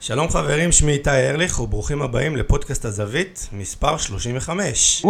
שלום חברים, שמי איתי ארליך וברוכים הבאים לפודקאסט הזווית, מספר 35.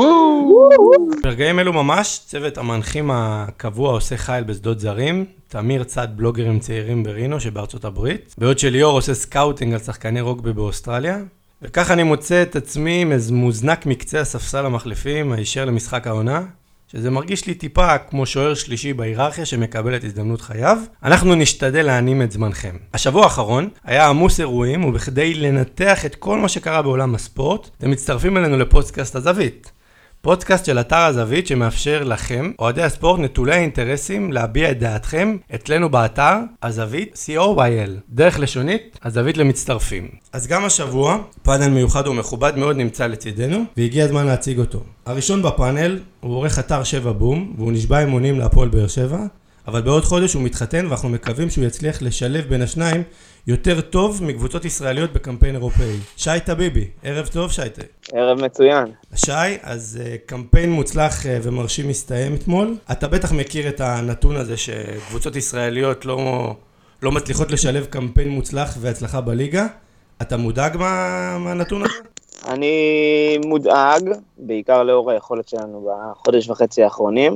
ברגעים אלו ממש, צוות המנחים הקבוע עושה חייל בשדות זרים, תמיר צד בלוגרים צעירים ברינו שבארצות הברית, בעוד שליאור עושה סקאוטינג על שחקני רוגבי באוסטרליה, וכך אני מוצא את עצמי מוזנק מקצה הספסל המחליפים הישר למשחק העונה, שזה מרגיש לי טיפה כמו שוער שלישי בהיררכיה שמקבל את הזדמנות חייו. אנחנו נשתדל להנים את זמנכם. השבוע האחרון היה עמוס אירועים, ובכדי לנתח את כל מה שקרה בעולם הספורט, אתם מצטרפים אלינו לפודקאסט הזווית. פודקאסט של אתר הזווית שמאפשר לכם, אוהדי הספורט נטולי האינטרסים, להביע את דעתכם אצלנו באתר הזווית co.il. דרך לשונית, הזווית למצטרפים. אז גם השבוע, פאנל מיוחד ומכובד מאוד נמצא לצידנו, והגיע הזמן להציג אותו. הראשון בפאנל הוא עורך אתר 7 בום, והוא נשבע אמונים להפועל באר שבע, אבל בעוד חודש הוא מתחתן ואנחנו מקווים שהוא יצליח לשלב בין השניים יותר טוב מקבוצות ישראליות בקמפיין אירופאי. שי טביבי, ערב טוב שייטה. ערב מצוין. שי, אז קמפיין מוצלח ומרשים מסתיים אתמול. אתה בטח מכיר את הנתון הזה שקבוצות ישראליות לא מצליחות לשלב קמפיין מוצלח והצלחה בליגה. אתה מודאג מהנתון הזה? אני מודאג, בעיקר לאור היכולת שלנו בחודש וחצי האחרונים,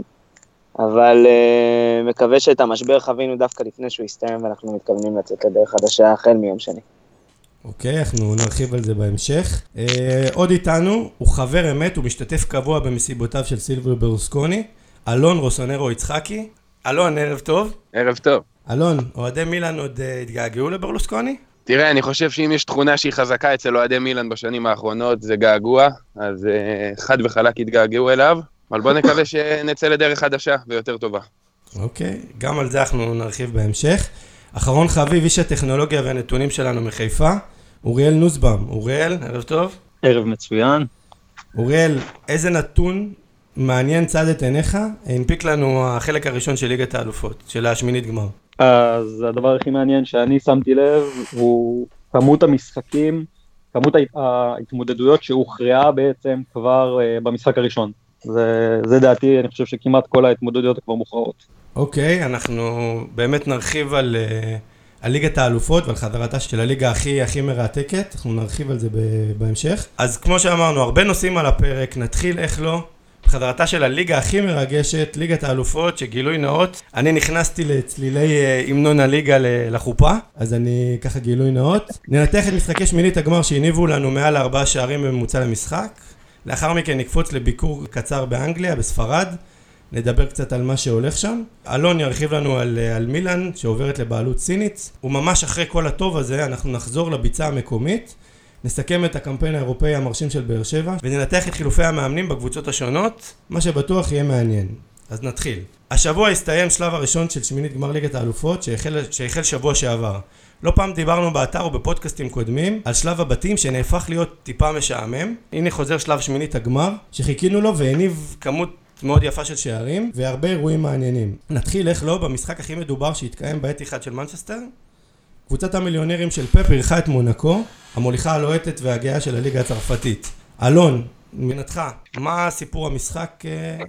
אבל מקווה שאת המשבר חווינו דווקא לפני שהוא יסתיים, ואנחנו מתכוונים לצאת לדרך חדשה החל מיום שני. אוקיי, אנחנו נרחיב על זה בהמשך. עוד איתנו, הוא חבר אמת, הוא משתתף קבוע במסיבותיו של סילברי ברלוסקוני, אלון רוסונרו יצחקי. אלון, ערב טוב. ערב טוב. אלון, אוהדי מילאן עוד התגעגעו לברלוסקוני? תראה, אני חושב שאם יש תכונה שהיא חזקה אצל אוהדי מילאן בשנים האחרונות, זה געגוע, אז חד וחלק התגעגעו אליו, אבל בוא נקווה שנצא לדרך חדשה ויותר טובה. אוקיי, גם על זה אנחנו נרחיב בהמשך. אחרון חביב, איש הטכנולוגיה והנתונים שלנו מחיפה, אוריאל נוסבאום. אוריאל, ערב טוב. ערב מצוין. אוריאל, איזה נתון מעניין צד את עיניך, הנפיק לנו החלק הראשון של ליגת האלופות, של השמינית גמר. אז הדבר הכי מעניין שאני שמתי לב הוא כמות המשחקים, כמות ההתמודדויות שהוכרעה בעצם כבר במשחק הראשון. זה דעתי, אני חושב שכמעט כל ההתמודדויות כבר מוכרעות. אוקיי, אנחנו באמת נרחיב על ליגת האלופות ועל חזרתה של הליגה הכי מרתקת, אנחנו נרחיב על זה בהמשך. אז כמו שאמרנו, הרבה נושאים על הפרק, נתחיל איך לא. בחזרתה של הליגה הכי מרגשת, ליגת האלופות, שגילוי נאות, אני נכנסתי לצלילי המנון הליגה לחופה, אז אני ככה גילוי נאות. ננתח את משחקי שמינית הגמר שהניבו לנו מעל 4 שערים בממוצע למשחק. לאחר מכן נקפוץ לביקור קצר באנגליה, בספרד. נדבר קצת על מה שהולך שם. אלון ירחיב לנו על מילאן שעוברת לבעלות סינית. וממש אחרי כל הטוב הזה אנחנו נחזור לביצה המקומית. נסכם את הקמפיין האירופאי המרשים של באר שבע, וננתח את חילופי המאמנים בקבוצות השונות, מה שבטוח יהיה מעניין. אז נתחיל. השבוע הסתיים שלב הראשון של שמינית גמר ליגת האלופות, שהחל שבוע שעבר. לא פעם דיברנו באתר ובפודקאסטים קודמים, על שלב הבתים שנהפך להיות טיפה משעמם. הנה חוזר שלב שמינית הגמר, שחיכינו לו והניב כמות מאוד יפה של שערים, והרבה אירועים מעניינים. נתחיל איך לא במשחק הכי מדובר שהתקיים בעת אחד של מנצ'סטר. קבוצת המיליונרים של פפ אירחה את מונקו, המוליכה הלוהטת והגאה של הליגה הצרפתית. אלון, מבחינתך, מה סיפור המשחק?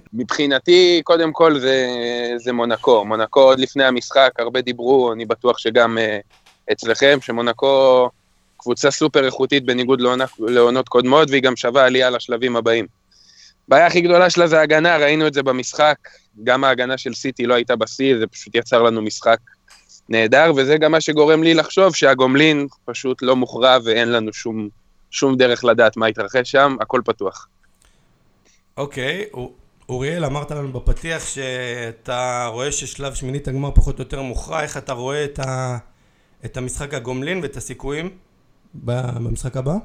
מבחינתי, קודם כל זה מונקו. מונקו עוד לפני המשחק, הרבה דיברו, אני בטוח שגם אצלכם, שמונקו קבוצה סופר איכותית בניגוד לעונות קודמות, והיא גם שווה עלייה לשלבים הבאים. הבעיה הכי גדולה שלה זה ההגנה, ראינו את זה במשחק, גם ההגנה של סיטי לא הייתה בשיא, זה פשוט יצר לנו משחק נהדר, וזה גם מה שגורם לי לחשוב שהגומלין פשוט לא מוכרע, ואין לנו שום דרך לדעת מה יתרחש שם, הכל פתוח. אוקיי, אוריאל, אמרת לנו בפתיח שאתה רואה ששלב שמינית הגמר פחות או יותר מוכרע, איך אתה רואה את המשחק הגומלין ואת הסיכויים במשחק הבא?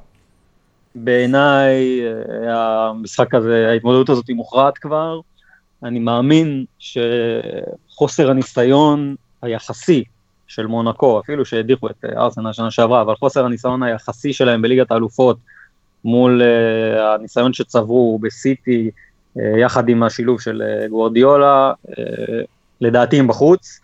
בעיניי המשחק הזה, ההתמודדות הזאת היא מוכרעת כבר. אני מאמין שחוסר הניסיון היחסי של מונקו, אפילו שהדיחו את ארסנל שנה שעברה, אבל חוסר הניסיון היחסי שלהם בליגת האלופות, מול הניסיון שצברו בסיטי, יחד עם השילוב של גוארדיולה, לדעתי הם בחוץ.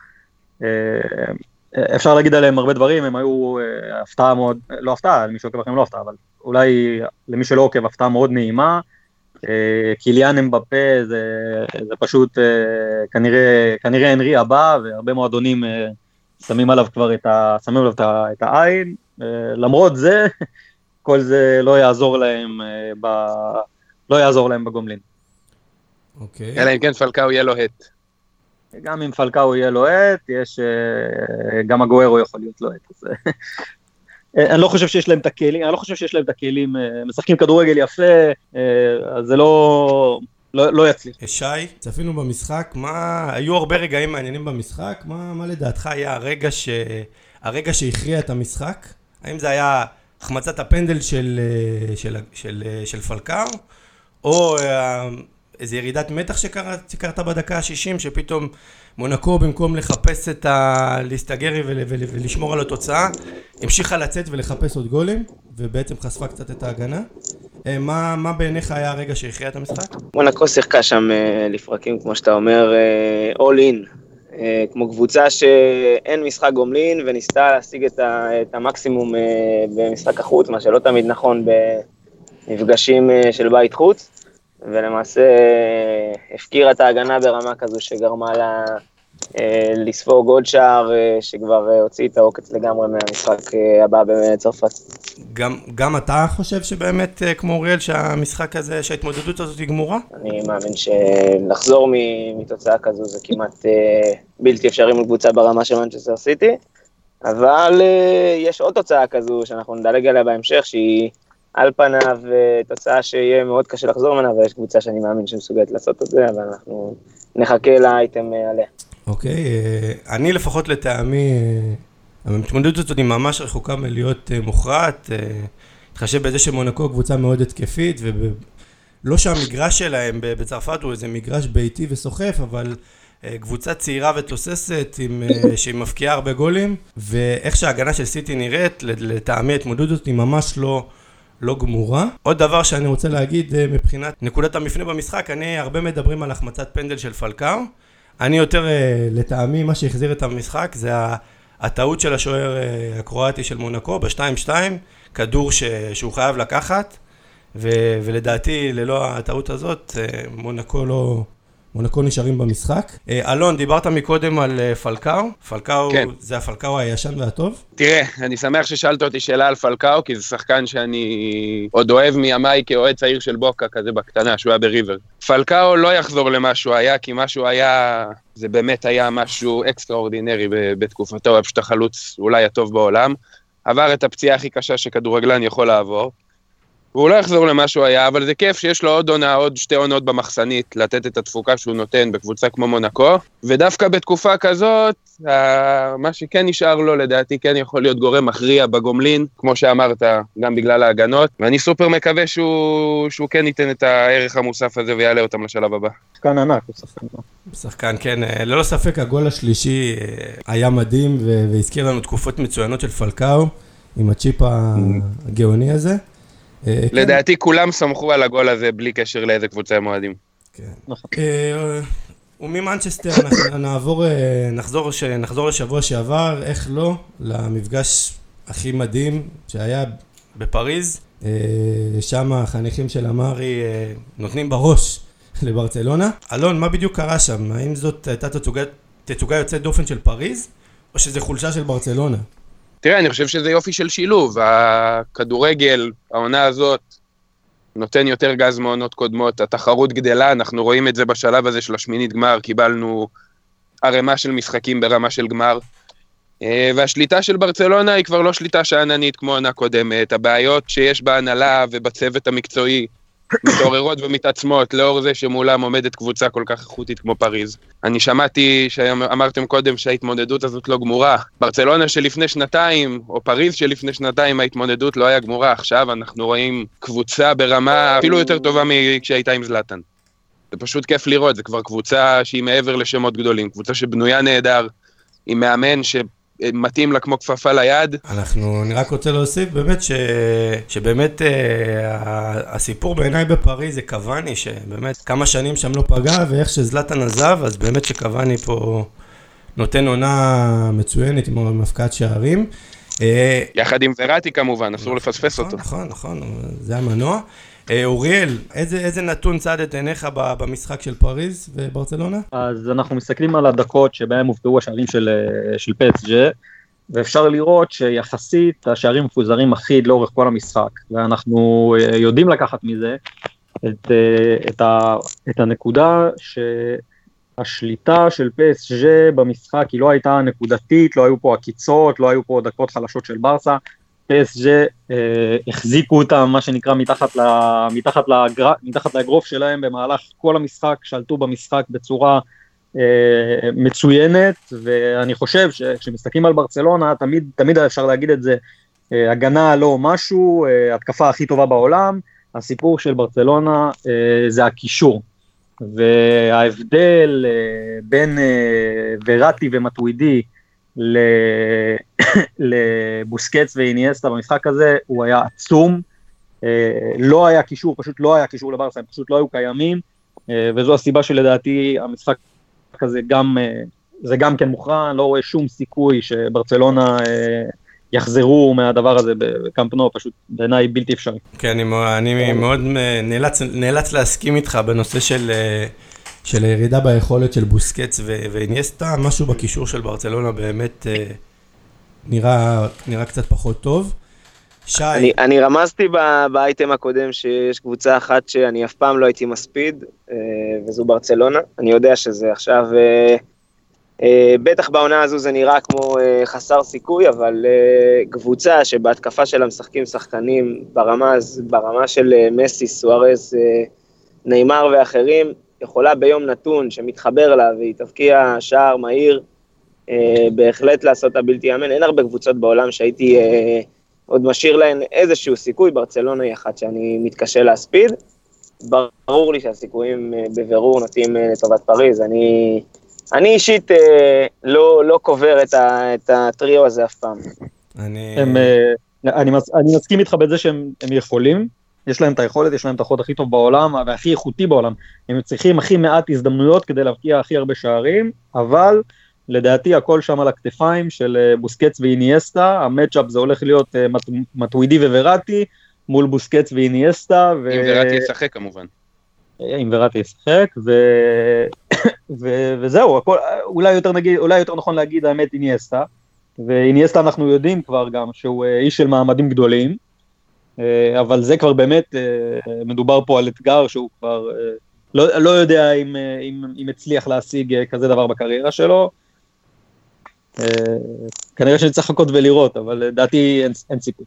אפשר להגיד עליהם הרבה דברים, הם היו הפתעה מאוד, לא הפתעה, למי שעוקב לכם לא הפתעה, אבל אולי למי שלא עוקב הפתעה מאוד נעימה. קיליאן אמבפה זה פשוט כנראה הנרי הבא, והרבה מועדונים שמים עליו כבר את העין. למרות זה, כל זה לא יעזור להם בגומלין. אוקיי. אלא אם כן פלקאו יהיה לו הט. גם אם פלקאו יהיה לו הט, גם הגוארו יכול להיות לו הט. אני לא חושב שיש להם את הכלים, משחקים כדורגל יפה, אז זה לא יצליח. שי, צפינו במשחק, היו הרבה רגעים מעניינים במשחק, מה לדעתך היה הרגע שהכריע את המשחק? האם זה היה החמצת הפנדל של פלקאו, או איזו ירידת מתח שקרתה בדקה ה-60, שפתאום מונקו במקום לחפש להסתגר ולשמור על התוצאה, המשיכה לצאת ולחפש עוד גולים, ובעצם חשפה קצת את ההגנה. מה בעיניך היה הרגע שהכריע את המשחק? מונקו שיחקה שם לפרקים, כמו שאתה אומר, all in, כמו קבוצה שאין משחק גומלין, וניסתה להשיג את המקסימום במשחק החוץ, מה שלא תמיד נכון במפגשים של בית חוץ, ולמעשה הפקירה את ההגנה ברמה כזו שגרמה לה לספוג עוד שער שכבר הוציא את העוקץ לגמרי מהמשחק הבא בצרפת. גם אתה חושב שבאמת כמו אוריאל שהמשחק הזה, שההתמודדות הזאת היא גמורה? אני מאמין שלחזור מתוצאה כזו זה כמעט בלתי אפשרי מול קבוצה ברמה של מנצ'סטר סיטי, אבל יש עוד תוצאה כזו שאנחנו נדלג עליה בהמשך, שהיא על פניו תוצאה שיהיה מאוד קשה לחזור ממנה, ויש קבוצה שאני מאמין שמסוגלת לעשות את זה, אבל אנחנו נחכה לאייטם עליה. אוקיי, אני לפחות לטעמי, ההתמודדות הזאת היא ממש רחוקה מלהיות מוכרעת, התחשב בזה שמונקו קבוצה מאוד התקפית, ולא שהמגרש שלהם בצרפת הוא איזה מגרש ביתי וסוחף, אבל קבוצה צעירה ותוססת, שהיא מפקיעה הרבה גולים, ואיך שההגנה של סיטי נראית, לטעמי ההתמודדות הזאת היא ממש לא גמורה. עוד דבר שאני רוצה להגיד מבחינת נקודת המפנה במשחק, הרבה מדברים על החמצת פנדל של פלקאו. אני יותר לטעמי מה שהחזיר את המשחק זה הטעות של השוער הקרואטי של מונקו ב-2-2, כדור שהוא חייב לקחת, ולדעתי ללא הטעות הזאת מונקו נשארים במשחק. אלון, דיברת מקודם על פלקאו, כן. זה הפלקאו הישן והטוב? תראה, אני שמח ששאלת אותי שאלה על פלקאו, כי זה שחקן שאני עוד אוהב מימיי כאוהד צעיר של בוקה, כזה בקטנה, שהוא היה בריבר. פלקאו לא יחזור למה שהוא היה, כי מה שהוא היה, זה באמת היה משהו אקסטראורדינרי בתקופתו, הוא פשוט החלוץ אולי הטוב בעולם, עבר את הפציעה הכי קשה שכדורגלן יכול לעבור, והוא לא יחזור למה שהוא היה, אבל זה כיף שיש לו עוד 2 עונות במחסנית, לתת את התפוקה שהוא נותן בקבוצה כמו מונקו, ודווקא בתקופה כזאת, מה שכן נשאר לו, לדעתי כן יכול להיות גורם מכריע בגומלין, כמו שאמרת, גם בגלל ההגנות, ואני סופר מקווה שהוא כן ייתן את הערך המוסף הזה ויעלה אותם לשלב הבא. שחקן ענק, הוא שחקן, כן, ללא ספק הגול השלישי היה מדהים, והזכיר לנו תקופות מצוינות של פלקאו, עם הצ'יפ הגאוני הזה. לדעתי כולם סמכו על הגול הזה בלי קשר לאיזה קבוצה הם אוהדים. וממנצ'סטר נחזור לשבוע שעבר, איך לא, למפגש הכי מדהים שהיה בפריז, שם החניכים של אמרי נותנים בראש לברצלונה. אלון, מה בדיוק קרה שם? האם זאת הייתה תצוגה יוצאת דופן של פריז, או שזה חולשה של ברצלונה? תראה, אני חושב שזה יופי של שילוב, הכדורגל, העונה הזאת, נותן יותר גז מעונות קודמות, התחרות גדלה, אנחנו רואים את זה בשלב הזה של השמינית גמר, קיבלנו ערימה של משחקים ברמה של גמר, והשליטה של ברצלונה היא כבר לא שליטה שעננית כמו עונה קודמת, הבעיות שיש בהנהלה ובצוות המקצועי, מתעוררות ומתעצמות, לאור זה שמולם עומדת קבוצה כל כך איכותית כמו פריז. אני שמעתי שאמרתם קודם שההתמודדות הזאת לא גמורה. ברצלונה שלפני שנתיים, או פריז שלפני שנתיים, ההתמודדות לא היה גמורה. עכשיו אנחנו רואים קבוצה ברמה אפילו יותר טובה מכשהייתה עם זלאטן. זה פשוט כיף לראות, זה כבר קבוצה שהיא מעבר לשמות גדולים, קבוצה שבנויה נהדר, עם מאמן מתאים לה כמו כפפה ליד. אני רק רוצה להוסיף באמת שבאמת הסיפור בעיניי בפריז זה קוואני, שבאמת כמה שנים שם לא פגע, ואיך שזלאטן עזב, אז באמת שקוואני פה נותן עונה מצוינת עם מפקעת שערים. יחד עם וראטי כמובן, אסור לפספס אותו. נכון, זה המנוע. אוריאל, איזה נתון צעד את עיניך במשחק של פריז וברצלונה? אז אנחנו מסתכלים על הדקות שבהם הופקעו השערים של PSG, ואפשר לראות שיחסית השערים מפוזרים אחיד לאורך כל המשחק, ואנחנו יודעים לקחת מזה את הנקודה שהשליטה של PSG במשחק היא לא הייתה נקודתית, לא היו פה עקיצות, לא היו פה דקות חלשות של ברסה, PSG החזיקו אותם מה שנקרא מתחת לאגרוף שלהם במהלך כל המשחק, שלטו במשחק בצורה מצוינת, ואני חושב שכשמסתכלים על ברצלונה, תמיד אפשר להגיד את זה, הגנה לא משהו, התקפה הכי טובה בעולם, הסיפור של ברצלונה זה הקישור, וההבדל בין וראטי ומטווידי לבוסקץ ואיניאסטה במשחק הזה, הוא היה עצום, לא היה קישור, פשוט לא היה קישור לברסה, הם פשוט לא היו קיימים, וזו הסיבה שלדעתי המשחק כזה זה גם כן מוכרע, לא רואה שום סיכוי שברצלונה יחזרו מהדבר הזה בקאמפ נו, פשוט בעיניי בלתי אפשרי. כן, אני מאוד נאלץ להסכים איתך בנושא של הירידה ביכולת של בוסקץ ואיניאסטה, משהו בקישור של ברצלונה באמת נראה קצת פחות טוב. שי. אני רמזתי באייטם הקודם שיש קבוצה אחת שאני אף פעם לא הייתי מספיד, וזו ברצלונה. אני יודע שזה עכשיו, בטח בעונה הזו זה נראה כמו חסר סיכוי, אבל קבוצה שבהתקפה שלה משחקים שחקנים ברמה של מסי, סוארז, ניימר ואחרים, יכולה ביום נתון שמתחבר לה והיא תבקיע שער מהיר, בהחלט לעשות הבלתי יאמן. אין הרבה קבוצות בעולם שהייתי עוד משאיר להן איזשהו סיכוי, ברצלונה היא אחת שאני מתקשה להספיד, ברור לי שהסיכויים בבירור נוטים לטובת פריז, אני אישית לא קובר את הטריו הזה אף פעם. אני מסכים איתך בזה שהם יכולים, יש להם את היכולת, יש להם את החוד הכי טוב בעולם, והכי איכותי בעולם, הם צריכים הכי מעט הזדמנויות כדי להבקיע הכי הרבה שערים, אבל לדעתי הכל שם על הכתפיים של בוסקץ ואיניאסטה, המאצ'אפ זה הולך להיות מטווידי ווראטי, מול בוסקץ ואיניאסטה. אם וראטי ישחק כמובן. אם וראטי ישחק, וזהו, אולי יותר נכון להגיד האמת איניאסטה, ואיניאסטה אנחנו יודעים כבר גם שהוא איש של מעמדים גדולים, אבל זה כבר באמת, מדובר פה על אתגר שהוא כבר לא יודע אם הצליח להשיג כזה דבר בקריירה שלו, כנראה שנצטרך לחכות ולראות, אבל לדעתי אין סיכוי.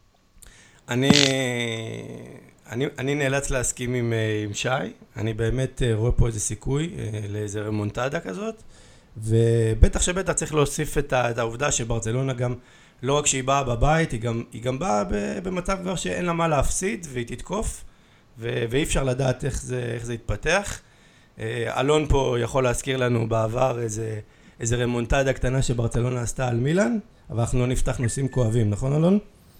אני נאלץ להסכים עם שי, אני באמת רואה פה איזה סיכוי לאיזה רמונטדה כזאת, ובטח שבטח צריך להוסיף את העובדה שברצלונה גם, לא רק שהיא באה בבית, היא גם באה במצב כבר שאין לה מה להפסיד, והיא תתקוף, ואי אפשר לדעת איך זה יתפתח. אלון פה יכול להזכיר לנו בעבר איזה רמונטדה קטנה שברצלונה עשתה על מילאן, אבל אנחנו לא נפתח נושאים כואבים, נכון אלון?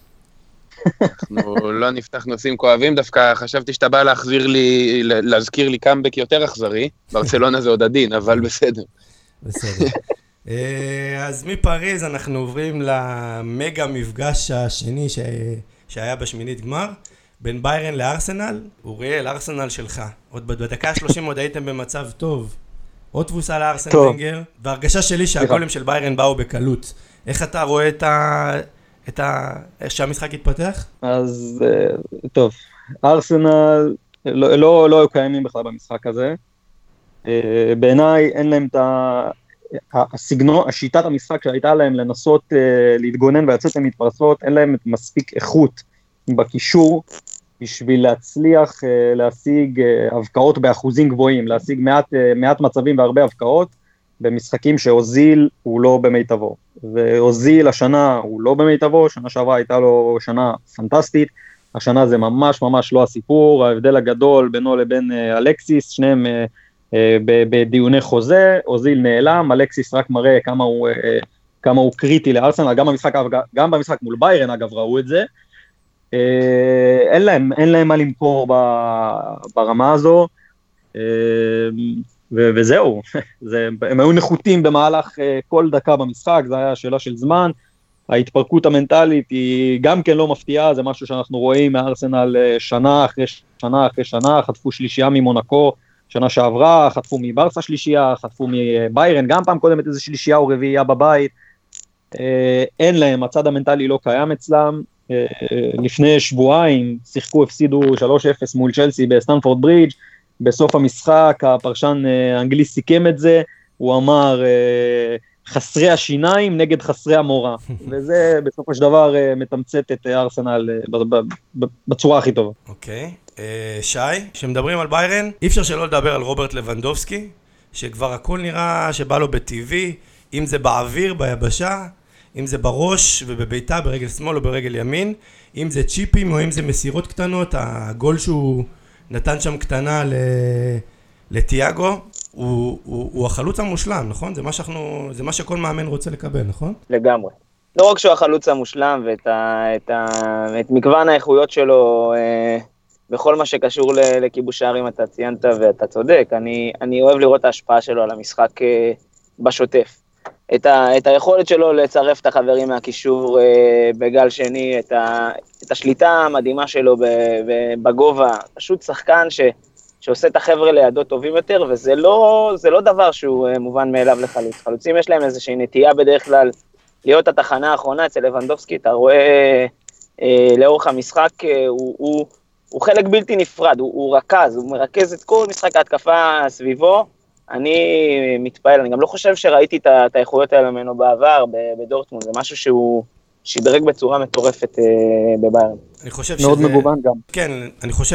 אנחנו לא נפתח נושאים כואבים, דווקא חשבתי שאתה בא להזכיר לי קאמבק יותר אכזרי, ברצלונה זה עוד עדין, אבל בסדר. בסדר. אז מפריז אנחנו עוברים למגה מפגש השני שהיה בשמינית גמר, בין ביירן לארסנל. אוריאל, ארסנל שלך. עוד בדקה 30 עוד הייתם במצב טוב. עוד תבוסה לארסן ונגר, והרגשה שלי שהגולים של ביירן באו בקלות. איך אתה רואה איך שהמשחק התפתח? אז טוב, ארסנל לא היו קיימים בכלל במשחק הזה. בעיניי אין להם את השיטת המשחק שהייתה להם לנסות להתגונן ולצאת למתפרצות, אין להם מספיק איכות בקישור בשביל להצליח להשיג הבקעות באחוזים גבוהים, להשיג מעט מצבים והרבה הבקעות במשחקים שאוזיל הוא לא במיטבו, ואוזיל השנה הוא לא במיטבו, שנה שעברה הייתה לו שנה פנטסטית, השנה זה ממש ממש לא הסיפור, ההבדל הגדול בינו לבין אלקסיס, שניהם בדיוני חוזה, אוזיל נעלם, אלקסיס רק מראה כמה הוא קריטי לארסנל, גם במשחק מול ביירן אגב ראו את זה, אין להם מה למכור ברמה הזו, וזהו, הם היו נחותים במהלך כל דקה במשחק, זה היה שאלה של זמן, ההתפרקות המנטלית היא גם כן לא מפתיעה, זה משהו שאנחנו רואים מארסנל שנה אחרי שנה אחרי שנה, חטפו שלישייה ממונקו, שנה שעברה, חטפו מברסה שלישייה, חטפו מביירן, גם פעם קודמת איזו שלישייה או רביעייה בבית, אין להם, הצד המנטלי לא קיים אצלם, לפני שבועיים שיחקו, הפסידו 3-0 מול צ'לסי בסטנפורד ברידג', בסוף המשחק הפרשן האנגלי סיכם את זה, הוא אמר חסרי השיניים נגד חסרי המורה, וזה בסופו של דבר מתמצת את ארסנל בצורה הכי טובה. אוקיי, שי, כשמדברים על ביירן, אי אפשר שלא לדבר על רוברט לבנדובסקי, שכבר הכל נראה שבא לו בטבעי, אם זה באוויר, ביבשה, אם זה בראש ובביתה, ברגל שמאל או ברגל ימין, אם זה צ'יפים או אם זה מסירות קטנות, הגול שהוא נתן שם קטנה לטיאגו, הוא החלוץ המושלם, נכון? זה מה שכל מאמן רוצה לקבל, נכון? לגמרי. לא רק שהוא החלוץ המושלם ואת מגוון האיכויות שלו בכל מה שקשור לכיבוש שערים, אתה ציינת ואתה צודק, אני אוהב לראות את ההשפעה שלו על המשחק בשוטף. את היכולת שלו לצרף את החברים מהקישור בגל שני, את השליטה המדהימה שלו בגובה, פשוט שחקן שעושה את החבר'ה לידו טובים יותר, וזה לא דבר שהוא מובן מאליו לחלוץ. חלוצים יש להם איזושהי נטייה בדרך כלל להיות התחנה האחרונה אצל לבנדובסקי, אתה רואה לאורך המשחק, הוא חלק בלתי נפרד, הוא רכז, הוא מרכז את כל משחק ההתקפה סביבו, אני מתפעל, אני גם לא חושב שראיתי את האיכויות האלה ממנו בעבר בדורטמונד, זה משהו שהוא שדרג בצורה מטורפת בביירן. מאוד מגוון גם. כן, אני חושב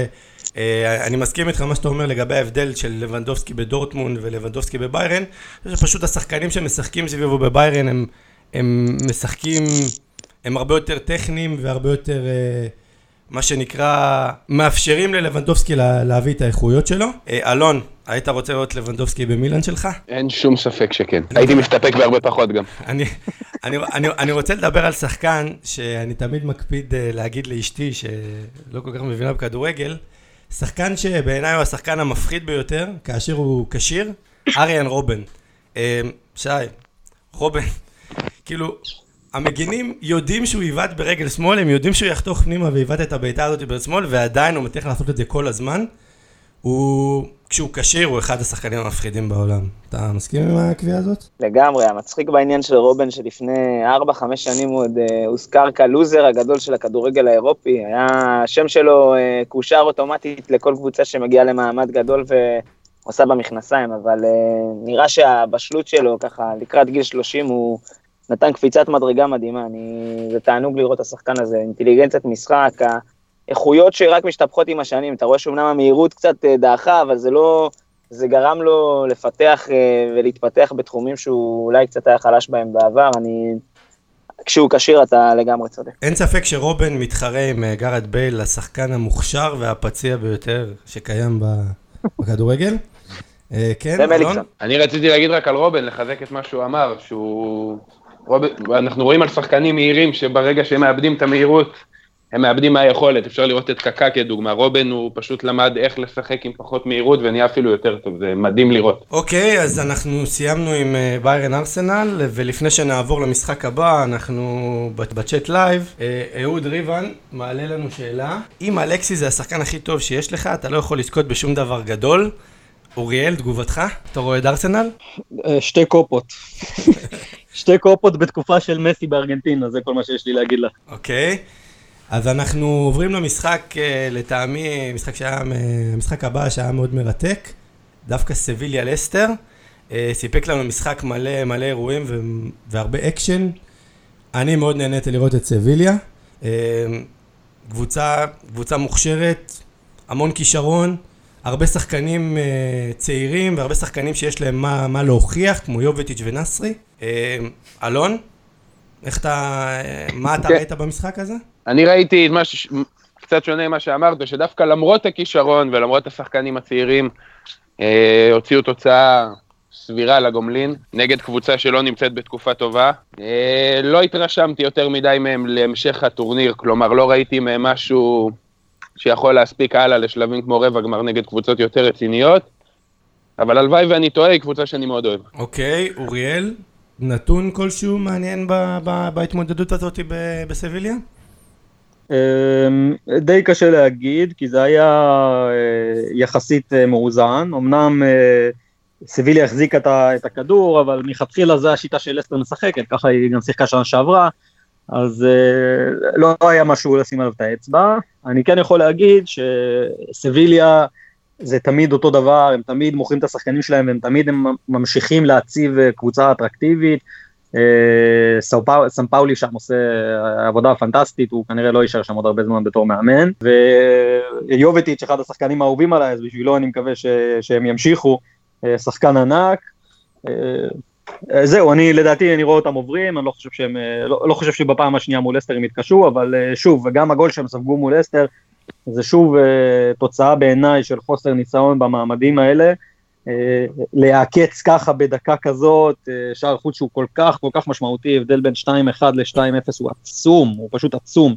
אני מסכים איתך מה שאתה אומר לגבי ההבדל של לבנדובסקי בדורטמונד ולבנדובסקי בביירן, שפשוט השחקנים שמשחקים סביבו בביירן הם משחקים, הם הרבה יותר טכניים והרבה יותר מה שנקרא מאפשרים ללבנדובסקי להביא את האיכויות שלו. אלון, היית רוצה לראות לבנדובסקי במילאן שלך? אין שום ספק שכן. הייתי מסתפק בהרבה פחות גם. אני רוצה לדבר על שחקן שאני תמיד מקפיד להגיד לאשתי שלא כל כך מבינה בכדורגל, שחקן שבעיניי הוא השחקן המפחיד ביותר כאשר הוא כשיר, אריאן רובן. שי, רובן, כאילו המגינים יודעים שהוא יבט ברגל שמאל, הם יודעים שהוא יחתוך פנימה ויבט את הביתה הזאת ברגל שמאל, ועדיין הוא מצליח לעשות את זה כל הזמן. כשהוא כשיר הוא אחד השחקנים המפחידים בעולם. אתה מסכים עם הקביעה הזאת? לגמרי, המצחיק בעניין של רובן שלפני 4-5 שנים הוא עוד הוזכר כלוזר הגדול של הכדורגל האירופי, השם שלו קושר אוטומטית לכל קבוצה שמגיעה למעמד גדול ועושה במכנסיים, אבל נראה שהבשלות שלו ככה לקראת גיל 30 הוא נתן קפיצת מדרגה מדהימה, זה תענוג לראות את השחקן הזה, אינטליגנציית משחק, איכויות שרק משתפחות עם השנים, אתה רואה שאומנם המהירות קצת דעכה, אבל זה גרם לו לפתח ולהתפתח בתחומים שהוא אולי קצת היה חלש בהם בעבר, כשהוא כשיר אתה לגמרי צודק. אין ספק שרובן מתחרה עם גארד בייל, השחקן המוכשר והפציע ביותר שקיים בכדורגל. כן, אלון? אני רציתי להגיד רק על רובן, לחזק את מה שהוא אמר, אנחנו רואים על שחקנים מהירים שברגע שהם מאבדים את המהירות, הם מאבדים מהיכולת, אפשר לראות את קקה כדוגמה, רובן הוא פשוט למד איך לשחק עם פחות מהירות ונהיה אפילו יותר טוב, זה מדהים לראות. אוקיי, אז אנחנו סיימנו עם ביירן ארסנל, ולפני שנעבור למשחק הבא, אנחנו בצ'אט לייב, אהוד ריבן מעלה לנו שאלה, אם אלכסי זה השחקן הכי טוב שיש לך, אתה לא יכול לזכות בשום דבר גדול, אוריאל, תגובתך? אתה רואה את ארסנל? שתי קופות. שתי קופות בתקופה של מסי בארגנטינה, זה כל מה שיש לי להגיד לך. אוקיי. אז אנחנו עוברים למשחק, לטעמי, המשחק הבא שהיה מאוד מרתק, דווקא סביליה לסטר, סיפק לנו משחק מלא אירועים והרבה אקשן, אני מאוד נהניתי לראות את סביליה, קבוצה מוכשרת, המון כישרון, הרבה שחקנים צעירים והרבה שחקנים שיש להם מה להוכיח, כמו יובטיץ' ונסרי. אלון, מה אתה ראית במשחק הזה? אני ראיתי קצת שונה מה שאמרת, שדווקא למרות הכישרון ולמרות השחקנים הצעירים, הוציאו תוצאה סבירה לגומלין, נגד קבוצה שלא נמצאת בתקופה טובה. לא התרשמתי יותר מדי מהם להמשך הטורניר, כלומר לא ראיתי מהם משהו שיכול להספיק הלאה לשלבים כמו רבע גמר נגד קבוצות יותר רציניות, אבל הלוואי ואני טועה, היא קבוצה שאני מאוד אוהב. אוקיי, אוריאל, נתון כלשהו מעניין בהתמודדות הזאת בסביליה? די קשה להגיד, כי זה היה יחסית מאוזן, אמנם סביליה החזיקה את הכדור, אבל מלכתחילה זה השיטה של לסטר משחקת, ככה היא גם שיחקה שנה שעברה, אז לא היה משהו לשים עליו את האצבע. אני כן יכול להגיד שסביליה זה תמיד אותו דבר, הם תמיד מוכרים את השחקנים שלהם, והם תמיד ממשיכים להציב קבוצה אטרקטיבית. סמפאולי שם עושה עבודה פנטסטית, הוא כנראה לא יישאר שם עוד הרבה זמן בתור מאמן, ויובטיץ' אחד השחקנים האהובים עליי, אז בשבילו אני מקווה שהם ימשיכו, שחקן ענק. זהו, לדעתי אני רואה אותם עוברים, אני לא חושב שבפעם השנייה מול לסטר הם יתקשו, אבל שוב, וגם הגול שהם ספגו מול לסטר, זה שוב תוצאה בעיניי של חוסר ניסיון במעמדים האלה, להעקץ ככה בדקה כזאת, שער חוץ שהוא כל כך משמעותי, הבדל בין 2-1 ל-2-0 הוא עצום, הוא פשוט עצום.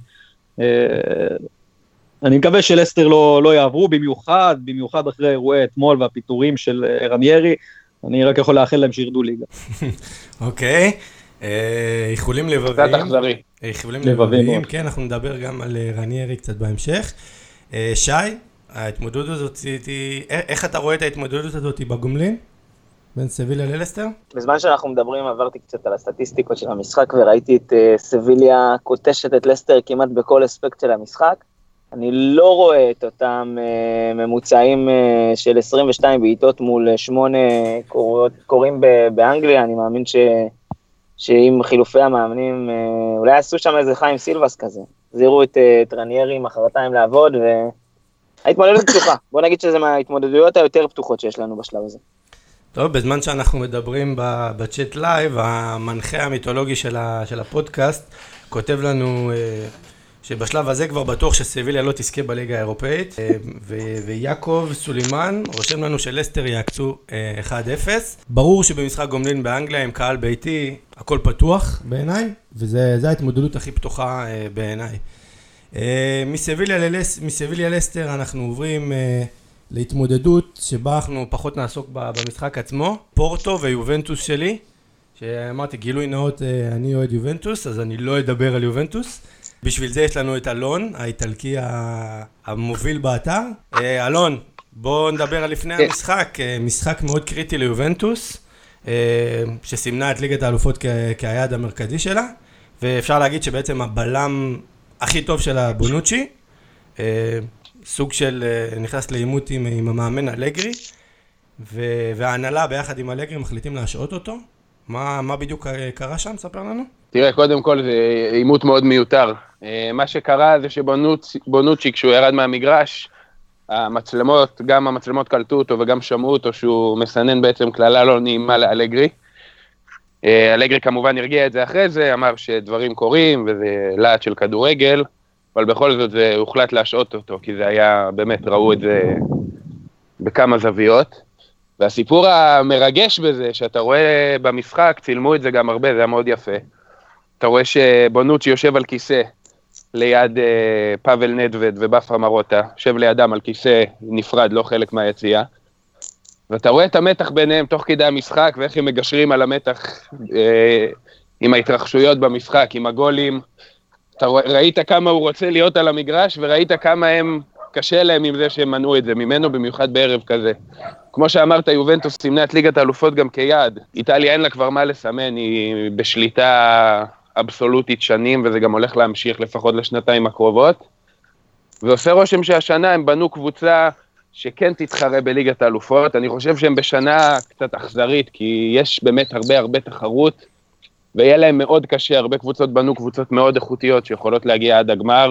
אני מקווה שלסטר לא יעברו, במיוחד אחרי אירועי אתמול והפיטורים של רניירי, אני רק יכול לאחל להם שירדו ליגה. אוקיי, איחולים לבבים. קצת אכזרי. איחולים לבבים, כן, אנחנו נדבר גם על רניירי קצת בהמשך. שי, ההתמודדות הזאת, איך אתה רואה את ההתמודדות הזאת בגומלין? בין סביליה ללסטר? בזמן שאנחנו מדברים עברתי קצת על הסטטיסטיקות של המשחק, וראיתי את סביליה קוטשת את לסטר כמעט בכל אספקט של המשחק. אני לא רואה את אותם ממוצעים של 22 בעיטות מול 8 קוראים באנגליה. אני מאמין שעם חילופי המאמנים, אולי עשו שם איזה חיים סילבס כזה. זירו את רניירי מחרתיים לעבוד, וההתמודדות פתוחה. בוא נגיד שזה מההתמודדויות היותר פתוחות שיש לנו בשלב הזה. טוב, בזמן שאנחנו מדברים בצ'אט לייב, המנחה המיתולוגי של הפודקאסט כותב לנו שבשלב הזה כבר בטוח שסביליה לא תזכה בליגה האירופאית, ויעקב סולימן רושם לנו שלסטר יעקצו 1-0. ברור שבמשחק גומלין באנגליה עם קהל ביתי הכל פתוח בעיניי, וזה ההתמודדות הכי פתוחה בעיניי. מסביליה לסטר אנחנו עוברים להתמודדות שבה אנחנו פחות נעסוק במשחק עצמו. פורטו ויובנטוס שלי, שאמרתי גילוי נאות, אני אוהד יובנטוס, אז אני לא אדבר על יובנטוס. בשביל זה יש לנו את אלון, האיטלקי המוביל באתר. אלון, בוא נדבר על לפני המשחק, משחק מאוד קריטי ליובנטוס, שסימנה את ליגת האלופות כיעד המרכזי שלה, ואפשר להגיד שבעצם הבלם הכי טוב שלה בונוצ'י, סוג של נכנס לעימות עם המאמן אלגרי, וההנהלה ביחד עם אלגרי מחליטים להשעות אותו. מה בדיוק קרה שם? ספר לנו. תראה, קודם כל זה עימות מאוד מיותר. מה שקרה זה שבונוצ'י, כשהוא ירד מהמגרש, המצלמות, גם המצלמות קלטו אותו וגם שמעו אותו שהוא מסנן בעצם כללה לא נעימה לאלגרי. אלגרי כמובן הרגיע את זה אחרי זה, אמר שדברים קורים וזה להט של כדורגל, אבל בכל זאת זה הוחלט להשעות אותו, כי זה היה, באמת ראו את זה בכמה זוויות. והסיפור המרגש בזה, שאתה רואה במשחק, צילמו את זה גם הרבה, זה היה מאוד יפה. אתה רואה שבונוצ'י יושב על כיסא ליד פאבל נדווד ובפרה מרוטה, יושב לידם על כיסא נפרד, לא חלק מהיציאה. ואתה רואה את המתח ביניהם תוך כדי המשחק, ואיך הם מגשרים על המתח עם ההתרחשויות במשחק, עם הגולים. אתה ראית כמה הוא רוצה להיות על המגרש, וראית כמה הם קשה להם עם זה שהם מנעו את זה, ממנו במיוחד בערב כזה. כמו שאמרת, יובנטוס סימנה את ליגת האלופות גם כיעד. איטליה אין לה כבר מה לסמן, היא בשליטה אבסולוטית שנים, וזה גם הולך להמשיך לפחות לשנתיים הקרובות. ועושה רושם שהשנה הם בנו קבוצה שכן תתחרה בליגת האלופות. אני חושב שהם בשנה קצת אכזרית, כי יש באמת הרבה תחרות, ויהיה להם מאוד קשה, הרבה קבוצות בנו קבוצות מאוד איכותיות שיכולות להגיע עד הגמר.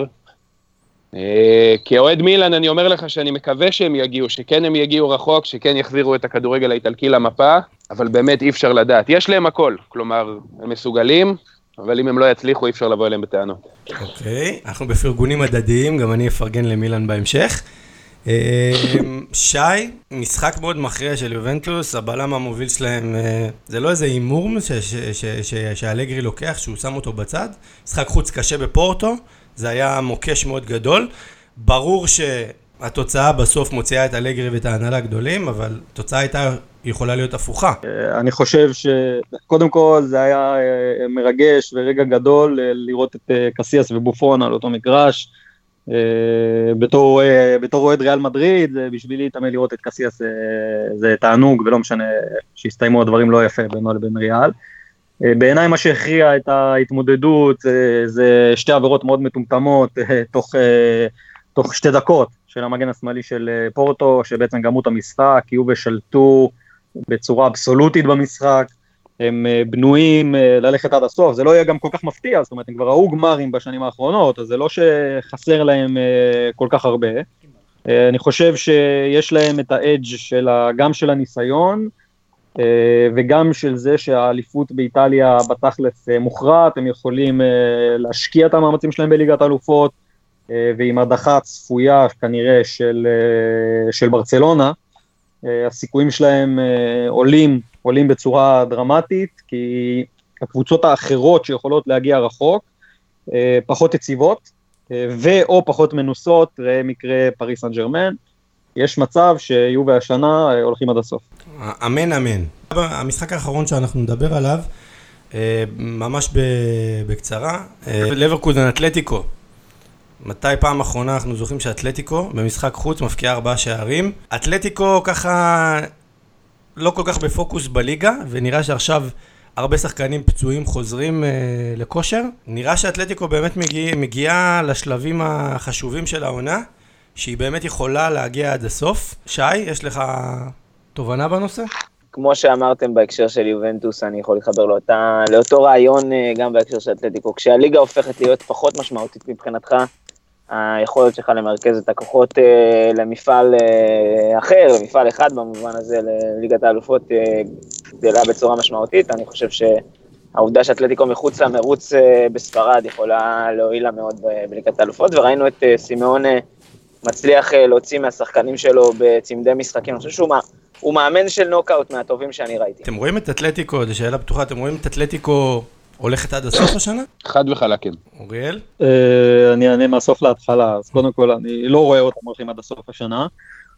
כאוהד מילאן אני אומר לך שאני מקווה שהם יגיעו, שכן הם יגיעו רחוק, שכן יחזירו את הכדורגל האיטלקי למפה, אבל באמת אי אפשר לדעת. יש להם הכל, כלומר, הם מסוגלים, אבל אם הם לא יצליחו, אי אפשר לבוא אליהם בטענות. אוקיי, אנחנו בפרגונים הדדיים, גם אני אפרגן למילאן בהמשך. שי, משחק מאוד מכריע של יובנטוס, הבלם המוביל שלהם, זה לא איזה אימור שהאלגרי לוקח, שהוא שם אותו בצד, משחק חוץ קשה בפורטו, זה היה מוקש מאוד גדול, ברור שהתוצאה בסוף מוציאה את אלגרי ואת ההנהלה הגדולים, אבל התוצאה הייתה יכולה להיות הפוכה. אני חושב שקודם כל זה היה מרגש ורגע גדול לראות את קסיאס ובופון על אותו מגרש, בתור אוהד ריאל מדריד, בשבילי תמיד לראות את קסיאס זה תענוג, ולא משנה שהסתיימו הדברים לא יפה בינו לבין ריאל. בעיניי מה שהכריע את ההתמודדות זה שתי עבירות מאוד מטומטמות תוך 2 דקות של המגן השמאלי של פורטו, שבעצם גמרו את המשחק, יהיו ושלטו בצורה אבסולוטית במשחק, הם בנויים ללכת עד הסוף, זה לא יהיה גם כל כך מפתיע, זאת אומרת, הם כבר ראו גמרים בשנים האחרונות, אז זה לא שחסר להם כל כך הרבה. אני חושב שיש להם את האדג' גם של הניסיון, וגם של זה שהאליפות באיטליה בתכלס מוכרעת, הם יכולים להשקיע את המאמצים שלהם בליגת האלופות, ועם הדחה צפויה כנראה של ברצלונה, הסיכויים שלהם עולים בצורה דרמטית, כי הקבוצות האחרות שיכולות להגיע רחוק, פחות יציבות, ואו פחות מנוסות, ראה מקרה פריס סן ז'רמן, יש מצב שיהיו והשנה הולכים עד הסוף. אמן אמן. המשחק האחרון שאנחנו נדבר עליו, ממש בקצרה, לברקוזן אתלטיקו. מתי פעם אחרונה אנחנו זוכרים שאתלטיקו במשחק חוץ מפקיע 4 שערים. אתלטיקו ככה לא כל כך בפוקוס בליגה, ונראה שעכשיו הרבה שחקנים פצועים חוזרים לכושר. נראה שאתלטיקו באמת מגיעה לשלבים החשובים של העונה, שהיא באמת יכולה להגיע עד הסוף. שי, יש לך תובנה בנושא? כמו שאמרתם בהקשר של יובנטוס, אני יכול לחבר לאותו רעיון גם בהקשר של אתלטיקו. כשהליגה הופכת להיות פחות משמעותית מבחינתך, היכולת שלך למרכז את הכוחות למפעל אחר, למפעל אחד במובן הזה, לליגת האלופות, גדלה בצורה משמעותית. אני חושב שהעובדה שאתלטיקו מחוץ למרוץ בספרד יכולה להועיל לה מאוד בליגת האלופות, וראינו את סימאון מצליח להוציא מהשחקנים שלו בצמדי משחקים. אני חושב שהוא מאמן של נוקאוט מהטובים שאני ראיתי. אתם רואים את אתלטיקו, זו שאלה פתוחה, אתם רואים את אתלטיקו הולכת עד הסוף השנה? חד וחלק, כן. אוריאל? אני אענה מהסוף להתחלה, אז קודם כל אני לא רואה אותם הולכים עד הסוף השנה.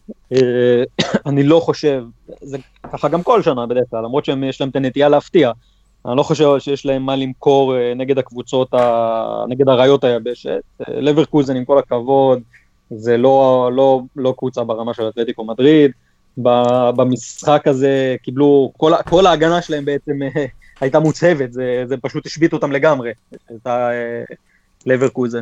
אני לא חושב, זה ככה גם כל שנה בדרך כלל, למרות שיש להם את הנטייה להפתיע. אני לא חושב שיש להם מה למכור נגד הקבוצות, נגד הראיות היבשת. לברקוזן עם כל הכבוד, זה לא קבוצה ברמה של אתלטיקו מדריד. במשחק הזה קיבלו, כל ההגנה שלהם בעצם הייתה מוצהבת, זה פשוט השביט אותם לגמרי, את לברקוזן.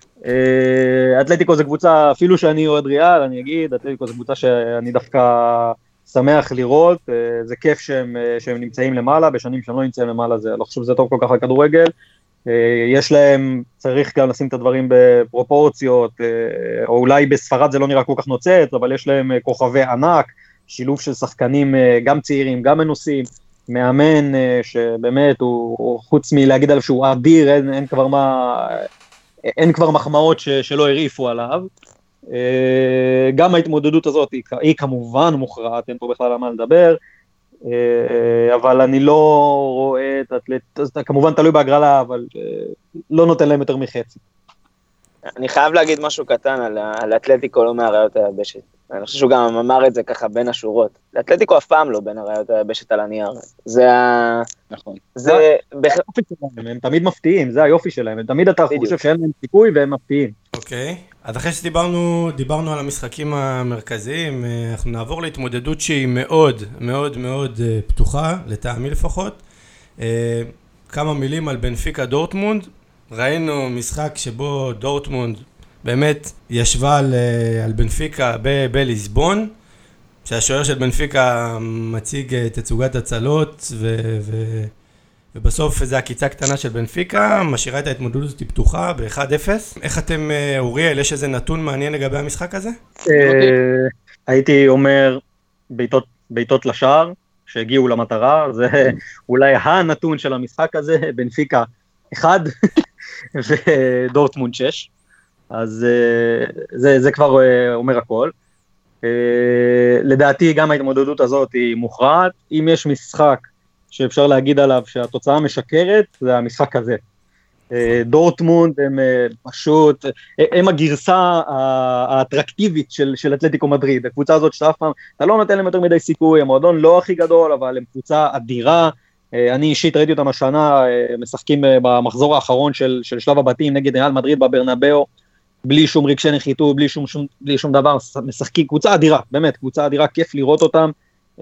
אתלטיקו זה קבוצה, אפילו שאני אוהד ריאל, אני אגיד, אתלטיקו זה קבוצה שאני דווקא שמח לראות, זה כיף שהם נמצאים למעלה, בשנים שהם לא נמצאים למעלה, זה לא חושב שזה טוב כל כך לכדורגל, יש להם, צריך גם לשים את הדברים בפרופורציות, או אולי בספרד זה לא נראה כל כך נוצץ, אבל יש להם כוכבי ענק, שילוב של שחקנים גם צעירים, גם מנוסים, מאמן שבאמת הוא חוץ מלהגיד עליו שהוא אדיר, אין כבר מחמאות שלא הרעיפו עליו. גם ההתמודדות הזאת היא כמובן מוכרעת, אין פה בכלל על מה לדבר, אבל אני לא רואה את אתלטיקו, כמובן תלוי בהגרלה, אבל לא נותן להם יותר מחצי. אני חייב להגיד משהו קטן על אתלטיקו לא מהראיות היבשת. אני חושב שהוא גם אמר את זה ככה בין השורות. אתלטיקו אף פעם לא בין הראיות היבשת על הנייר. נכון. הם תמיד מפתיעים, זה היופי שלהם. תמיד אתה חושב שאין להם סיכוי והם מפתיעים. אוקיי. אז אחרי שדיברנו על המשחקים המרכזיים, אנחנו נעבור להתמודדות שהיא מאוד מאוד מאוד פתוחה, לטעמי לפחות. כמה מילים על בנפיקה דורטמונד. ראינו משחק שבו דורטמונד באמת ישבה על בנפיקה בליסבון, שהשוער של בנפיקה מציג תצוגת הצלות, ובסוף זו הקיצה קטנה של בנפיקה, משאירה את ההתמודדות הזאת פתוחה ב-1-0. איך אתם, אוריאל, יש איזה נתון מעניין לגבי המשחק הזה? הייתי אומר בעיטות לשער, שהגיעו למטרה, זה אולי הנתון של המשחק הזה, בנפיקה 1, ודורטמונד 6, אז זה כבר אומר הכל. לדעתי גם ההתמודדות הזאת היא מוכרעת, אם יש משחק שאפשר להגיד עליו שהתוצאה משקרת, זה המשחק הזה. דורטמונד הם פשוט, הם הגרסה האטרקטיבית של אתלטיקו מדריד, הקבוצה הזאת שאף פעם, אתה לא נותן להם יותר מדי סיכוי, המועדון לא הכי גדול, אבל הם קבוצה אדירה, אני אישית ראיתי אותם השנה, משחקים במחזור האחרון של שלב הבתים נגד ריאל מדריד בברנבאו, בלי שום רגשי נחיתות, בלי שום דבר, משחקים, קבוצה אדירה, באמת, קבוצה אדירה, כיף לראות אותם,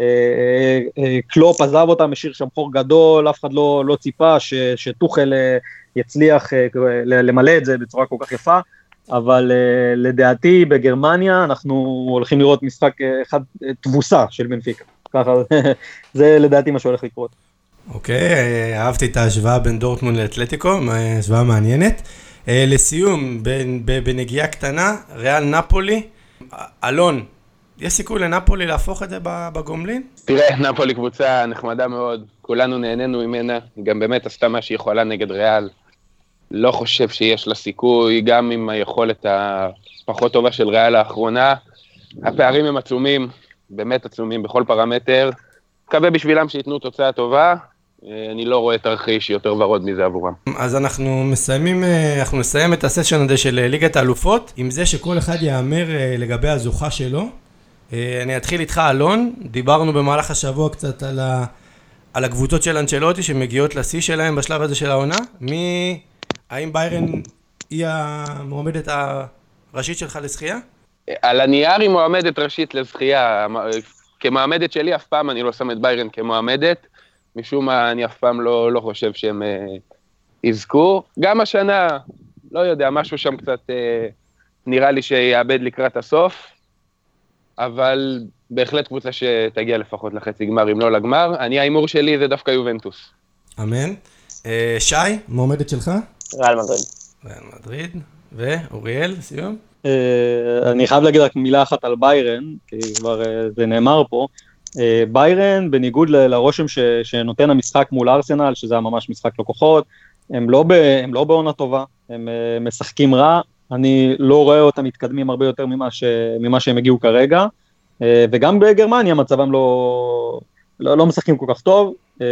קלופ עזב אותם, השאיר שם חור גדול, אף אחד לא ציפה שטוחל יצליח למלא את זה בצורה כל כך יפה, אבל לדעתי בגרמניה אנחנו הולכים לראות משחק אחד תבוסה של בנפיקה, ככה זה לדעתי מה שהולך לקרות. אוקיי, אהבתי את ההשוואה בין דורטמונד לאתלטיקו, השוואה מעניינת. לסיום, בנגיעה קטנה, ריאל נפולי, אלון, יש סיכוי לנפולי להפוך את זה בגומלין? תראה, נפולי קבוצה נחמדה מאוד, כולנו נהנינו ממנה, היא גם באמת עשתה מה שהיא יכולה נגד ריאל, לא חושב שיש לה סיכוי, גם עם היכולת הפחות טובה של ריאל האחרונה, הפערים הם עצומים, באמת עצומים בכל פרמטר, מקווה בשבילם שיתנו תוצאה טובה, אני לא רואה תרחיש יותר ורוד מזה עבורם. אז אנחנו נסיים את הסשן הזה של ליגת האלופות, עם זה שכל אחד יאמר לגבי הזוכה שלו. אני אתחיל איתך אלון, דיברנו במהלך השבוע קצת על הקבוצות של אנצ'לוטי שמגיעות לשיא שלהם בשלב הזה של העונה. האם ביירן היא המועמדת הראשית שלך לזכייה? על הנייר היא מועמדת ראשית לזכייה, כמועמדת שלי אף פעם אני לא שם את ביירן כמועמדת, משום מה אני אף פעם לא חושב שהם יזכו. גם השנה, לא יודע, משהו שם קצת נראה לי שיאבד לקראת הסוף, אבל בהחלט קבוצה שתגיע לפחות לחצי גמר, אם לא לגמר. ההימור שלי זה דווקא יובנטוס. אמן. שי, מועמדת שלך? ריאל מדריד. ריאל מדריד. ואוריאל, סיום? אני חייב להגיד רק מילה אחת על ביירן, כי כבר זה נאמר פה. ביירן, בניגוד לרושם שנותן המשחק מול ארסנל, שזה היה ממש משחק לקוחות, הם לא בעונה טובה, הם משחקים רע, אני לא רואה אותם מתקדמים הרבה יותר ממה שהם הגיעו כרגע, וגם בגרמניה מצבם לא משחקים כל כך טוב,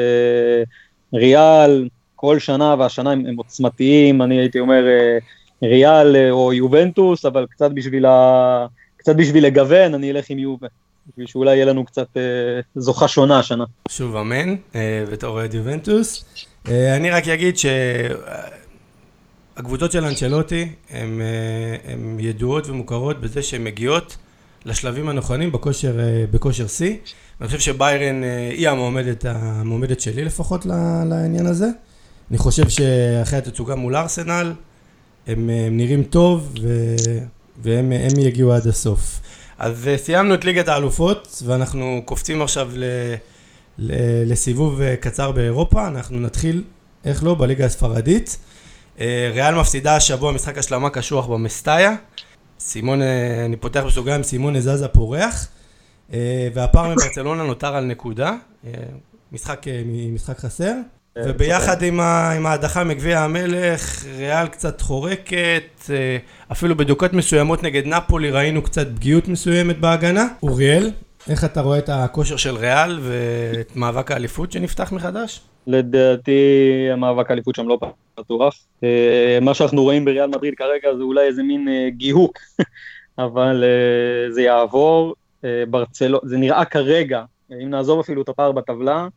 ריאל כל שנה והשנה הם עוצמתיים, אני הייתי אומר ריאל או יובנטוס, אבל קצת בשביל לגוון, אני אלך עם יובה. בשביל שאולי יהיה לנו קצת זוכה שונה השנה. שוב אמן, בתור יובנטוס. אני רק אגיד שהקבוצות של אנצ'לוטי הן ידועות ומוכרות בזה שהן מגיעות לשלבים הנכונים בכושר C. אני חושב שביירן היא המועמדת שלי לפחות לעניין הזה. אני חושב שאחרי התצוגה מול ארסנל, הם נראים טוב והם יגיעו עד הסוף. אז סיימנו את ליגת האלופות, ואנחנו קופצים עכשיו לסיבוב קצר באירופה. אנחנו נתחיל, איך לא, בליגה הספרדית. ריאל מפסידה השבוע משחק השלמה קשוח במסטאיה. אני פותח בסוגריים, סימון זזה פורח, והפער מברצלונה נותר על נקודה. משחק חסר. וביחד עם ההדחה מגביע המלך, ריאל קצת חורקת, אפילו בדקות מסוימות נגד נפולי ראינו קצת פגיעות מסוימת בהגנה. אוריאל, איך אתה רואה את הכושר של ריאל ואת מאבק האליפות שנפתח מחדש? לדעתי המאבק האליפות שם לא פתוח. מה שאנחנו רואים בריאל מדריד כרגע זה אולי איזה מין גיהוק, אבל זה יעבור. זה נראה כרגע, אם נעזוב אפילו את הפער בטבלה,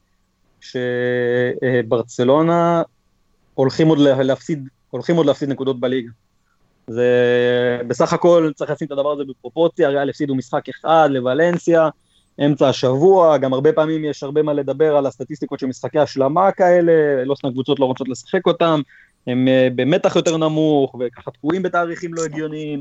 שברצלונה הולכים עוד להפסיד נקודות בליגה. זה בסך הכל צריך לשים את הדבר הזה בפרופורציה, ריאל הפסידו משחק אחד לוולנסיה, אמצע השבוע, גם הרבה פעמים יש הרבה מה לדבר על הסטטיסטיקות של משחקי השלמה כאלה, לא סתם קבוצות לא רוצות לשחק אותם, הם במתח יותר נמוך, וככה תקועים בתאריכים לא הגיוניים,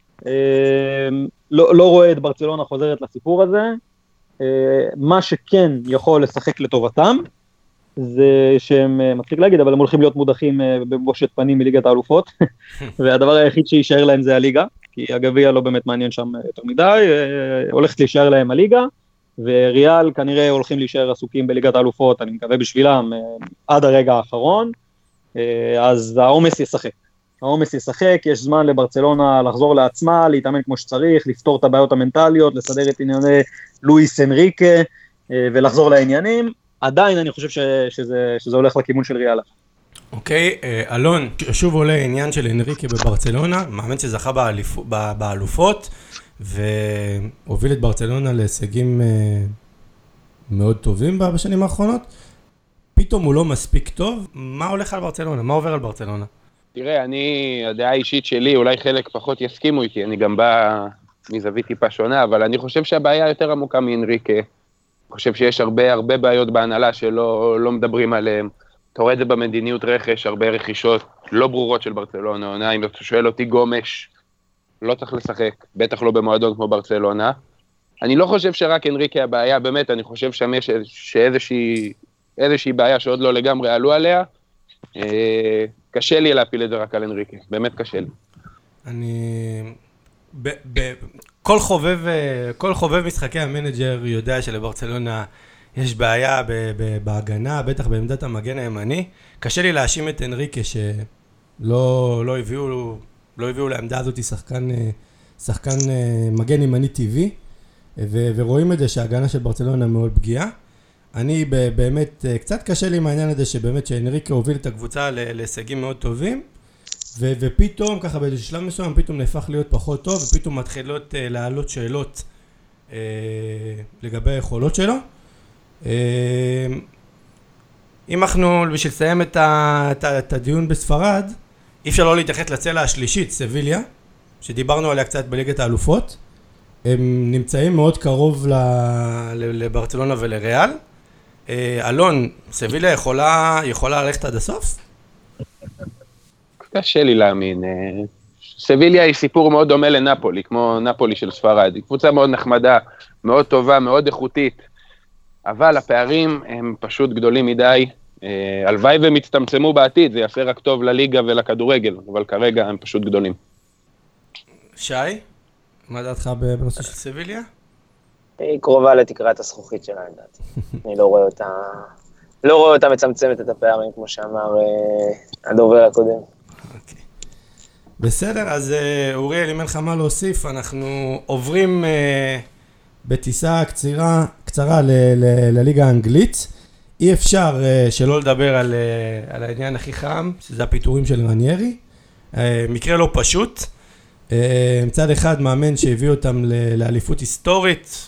לא רואה את ברצלונה חוזרת לסיפור הזה, מה שכן יכול לשחק לטובתם, זה שהם, מצחיק להגיד, אבל הם הולכים להיות מודחים בבושת פנים מליגת האלופות, והדבר היחיד שישאר להם זה הליגה, כי הגביע לא באמת מעניין שם יותר מדי, הולכת להישאר להם הליגה, וריאל כנראה הולכים להישאר עסוקים בליגת האלופות, אני מקווה בשבילם, עד הרגע האחרון, אז העומס ישחק, יש זמן לברצלונה לחזור לעצמה, להתאמן כמו שצריך, לפתור את הבעיות המנטליות, לסדר את ענייני לואיס אנריקה, ולחזור לעניינים, עדיין אני חושב שזה הולך לכיוון של ריאל. אוקיי, אלון, שוב עולה עניין של אנריקה בברצלונה, מאמן שזכה באלופות, והוביל את ברצלונה להישגים מאוד טובים בשנים האחרונות. פתאום הוא לא מספיק טוב, מה הולך על ברצלונה? מה עובר על ברצלונה? תראה, הדעה האישית שלי, אולי חלק פחות יסכימו איתי, אני גם בא מזווית טיפה שונה, אבל אני חושב שהבעיה יותר עמוקה מאנריקה. אני חושב שיש הרבה בעיות בהנהלה שלא מדברים עליהן. אתה רואה את זה במדיניות רכש, הרבה רכישות לא ברורות של ברצלונה. אם אתה שואל אותי, גומש לא צריך לשחק, בטח לא במועדון כמו ברצלונה. אני לא חושב שרק אנריקה הבעיה, באמת, אני חושב שם יש איזושהי בעיה שעוד לא לגמרי עלו עליה. קשה לי להפיל את זה רק על אנריקה, באמת קשה לי. כל חובב משחקי המנג'ר יודע שלברצלונה יש בעיה בהגנה, בטח בעמדת המגן הימני. קשה לי להאשים את אנריקה שלא הביאו לעמדה הזאת שחקן מגן ימני טבעי, ורואים את זה שההגנה של ברצלונה מאוד פגיעה. אני באמת, קצת קשה לי עם העניין הזה שבאמת שאנריקה הוביל את הקבוצה להישגים מאוד טובים, ופתאום, ככה באיזה שלב מסוים, פתאום נהפך להיות פחות טוב, ופתאום מתחילות לעלות שאלות לגבי היכולות שלו. אם אנחנו, בשביל לסיים את הדיון בספרד, אי אפשר לא להתייחס לצלע השלישית, סביליה, שדיברנו עליה קצת בליגת האלופות. הם נמצאים מאוד קרוב לברצלונה ולריאל. אלון, סביליה יכולה ללכת עד הסוף? קשה לי להאמין. סביליה היא סיפור מאוד דומה לנפולי, כמו נפולי של ספרד. היא קבוצה מאוד נחמדה, מאוד טובה, מאוד איכותית, אבל הפערים הם פשוט גדולים מדי. הלוואי והם יצטמצמו בעתיד, זה יעשה רק טוב לליגה ולכדורגל, אבל כרגע הם פשוט גדולים. שי, מה דעתך בנושא של סביליה? היא קרובה לתקרת הזכוכית שלה, לדעתי. אני לא רואה אותה מצמצמת את הפערים, כמו שאמר הדובר הקודם. אוקיי. בסדר, אז אוריאל, אם אין לך מה להוסיף, אנחנו עוברים בטיסה קצרה לליגה האנגלית. אי אפשר שלא לדבר על העניין הכי חם, שזה הפיטורים של רניירי. מקרה לא פשוט. מצד אחד מאמן שהביא אותם לאליפות היסטורית,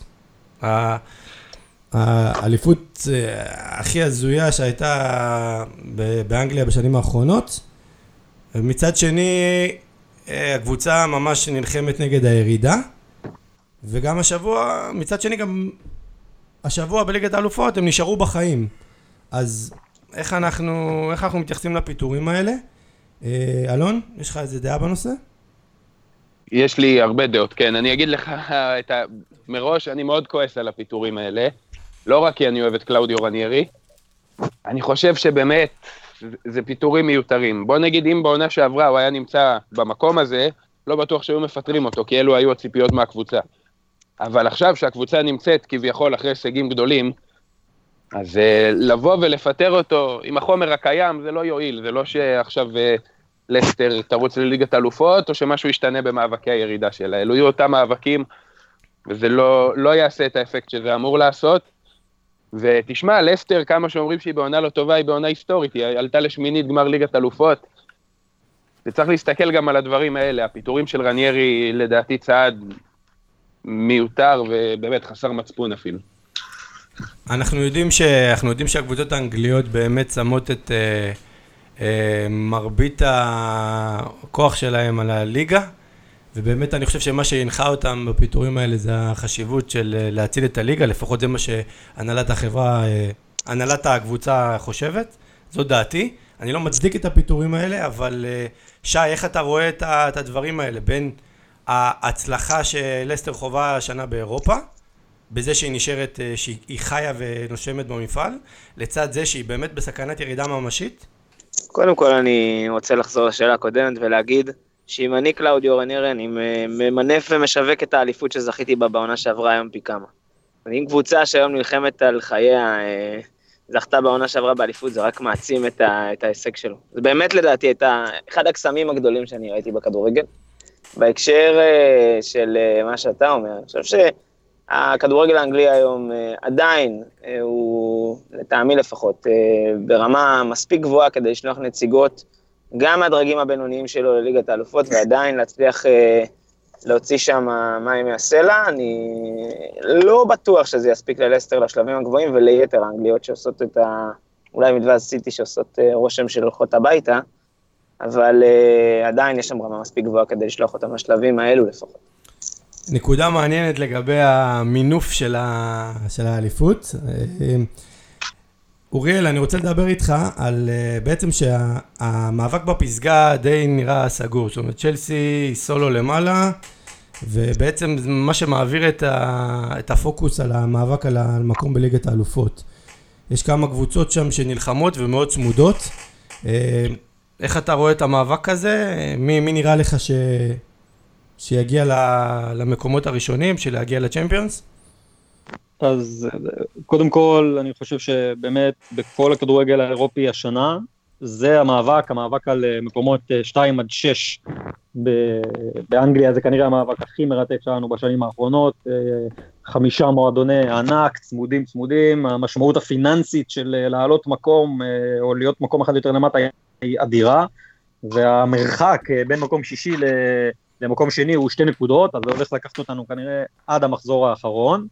האליפות הכי הזויה שהייתה באנגליה בשנים האחרונות. מצד שני, הקבוצה ממש נלחמת נגד הירידה, וגם השבוע, מצד שני גם השבוע בליגת האלופות הם נשארו בחיים. אז איך אנחנו מתייחסים לפיטורים האלה? אלון, יש לך איזה דעה בנושא? יש לי הרבה דעות, כן. אני אגיד לך, מראש אני מאוד כועס על הפיטורים האלה, לא רק כי אני אוהב את קלאודיו רניירי, אני חושב שבאמת זה פיטורים מיותרים. בוא נגיד, אם בעונה שעברה הוא היה נמצא במקום הזה, לא בטוח שהיו מפטרים אותו, כי אלו היו הציפיות מהקבוצה. אבל עכשיו שהקבוצה נמצאת כביכול אחרי הישגים גדולים, אז לבוא ולפטר אותו עם החומר הקיים, זה לא יועיל, זה לא שעכשיו לסטר תרוץ לליגת אלופות, או שמשהו ישתנה במאבקי הירידה שלה. אלו יהיו אותם מאבקים, וזה לא יעשה את האפקט שזה אמור לעשות. ותשמע, לסטר, כמה שאומרים שהיא בעונה לא טובה, היא בעונה היסטורית, היא עלתה לשמינית גמר ליגת אלופות. וצריך להסתכל גם על הדברים האלה. הפיטורים של רניירי, לדעתי, צעד מיותר, ובאמת חסר מצפון אפילו. אנחנו יודעים שהקבוצות האנגליות באמת שמות את מרבית הכוח שלהם על הליגה, ובאמת אני חושב שמה שהנחה אותם בפיטורים האלה זה החשיבות של להציל את הליגה, לפחות זה מה הנהלת הקבוצה חושבת, זו דעתי. אני לא מצדיק את הפיטורים האלה, אבל שי, איך אתה רואה את הדברים האלה בין ההצלחה שלסטר חובה השנה באירופה, בזה שהיא נשארת, שהיא חיה ונושמת במפעל, לצד זה שהיא באמת בסכנת ירידה ממשית? קודם כל אני רוצה לחזור לשאלה הקודמת ולהגיד שאם אני קלאודיו רניירי, אני ממנף ומשווק את האליפות שזכיתי בה בעונה שעברה היום פי כמה. אם קבוצה שהיום נלחמת על חייה זכתה בעונה שעברה באליפות, זה רק מעצים את ההישג שלו. זה באמת לדעתי הייתה אחד הקסמים הגדולים שאני ראיתי בכדורגל. בהקשר של מה שאתה אומר, אני חושב שהכדורגל האנגלי היום עדיין הוא, לטעמי לפחות, ברמה מספיק גבוהה כדי לשלוח נציגות גם מהדרגים הבינוניים שלו לליגת האלופות, ועדיין להצליח להוציא שם מים מהסלע. אני לא בטוח שזה יספיק ללסטר לשלבים הגבוהים וליתר האנגליות שעושות אולי מלבד סיטי שעושות רושם של הולכות הביתה, אבל עדיין יש שם רמה מספיק גבוהה כדי לשלוח אותם לשלבים האלו לפחות. נקודה מעניינת לגבי המינוף של האליפות. אוריאל, אני רוצה לדבר איתך על בעצם שהמאבק בפסגה די נראה סגור. זאת אומרת, צ'לסי סולו למעלה, ובעצם מה שמעביר את הפוקוס על המאבק על המקום בליגת האלופות. יש כמה קבוצות שם שנלחמות ומאוד צמודות. איך אתה רואה את המאבק הזה? מי נראה לך שיגיע למקומות הראשונים, להגיע לצ'מפיונס? אז קודם כל, אני חושב שבאמת בכל הכדורגל האירופי השנה, זה המאבק על מקומות 2-6 באנגליה, זה כנראה המאבק הכי מרתק שלנו בשנים האחרונות, 5 מועדוני ענק, צמודים, המשמעות הפיננסית של לעלות מקום, או להיות מקום אחד יותר למטה, היא אדירה, והמרחק בין מקום שישי למקום שני הוא 2 נקודות, אז זה הולך לקחת אותנו כנראה עד המחזור האחרון.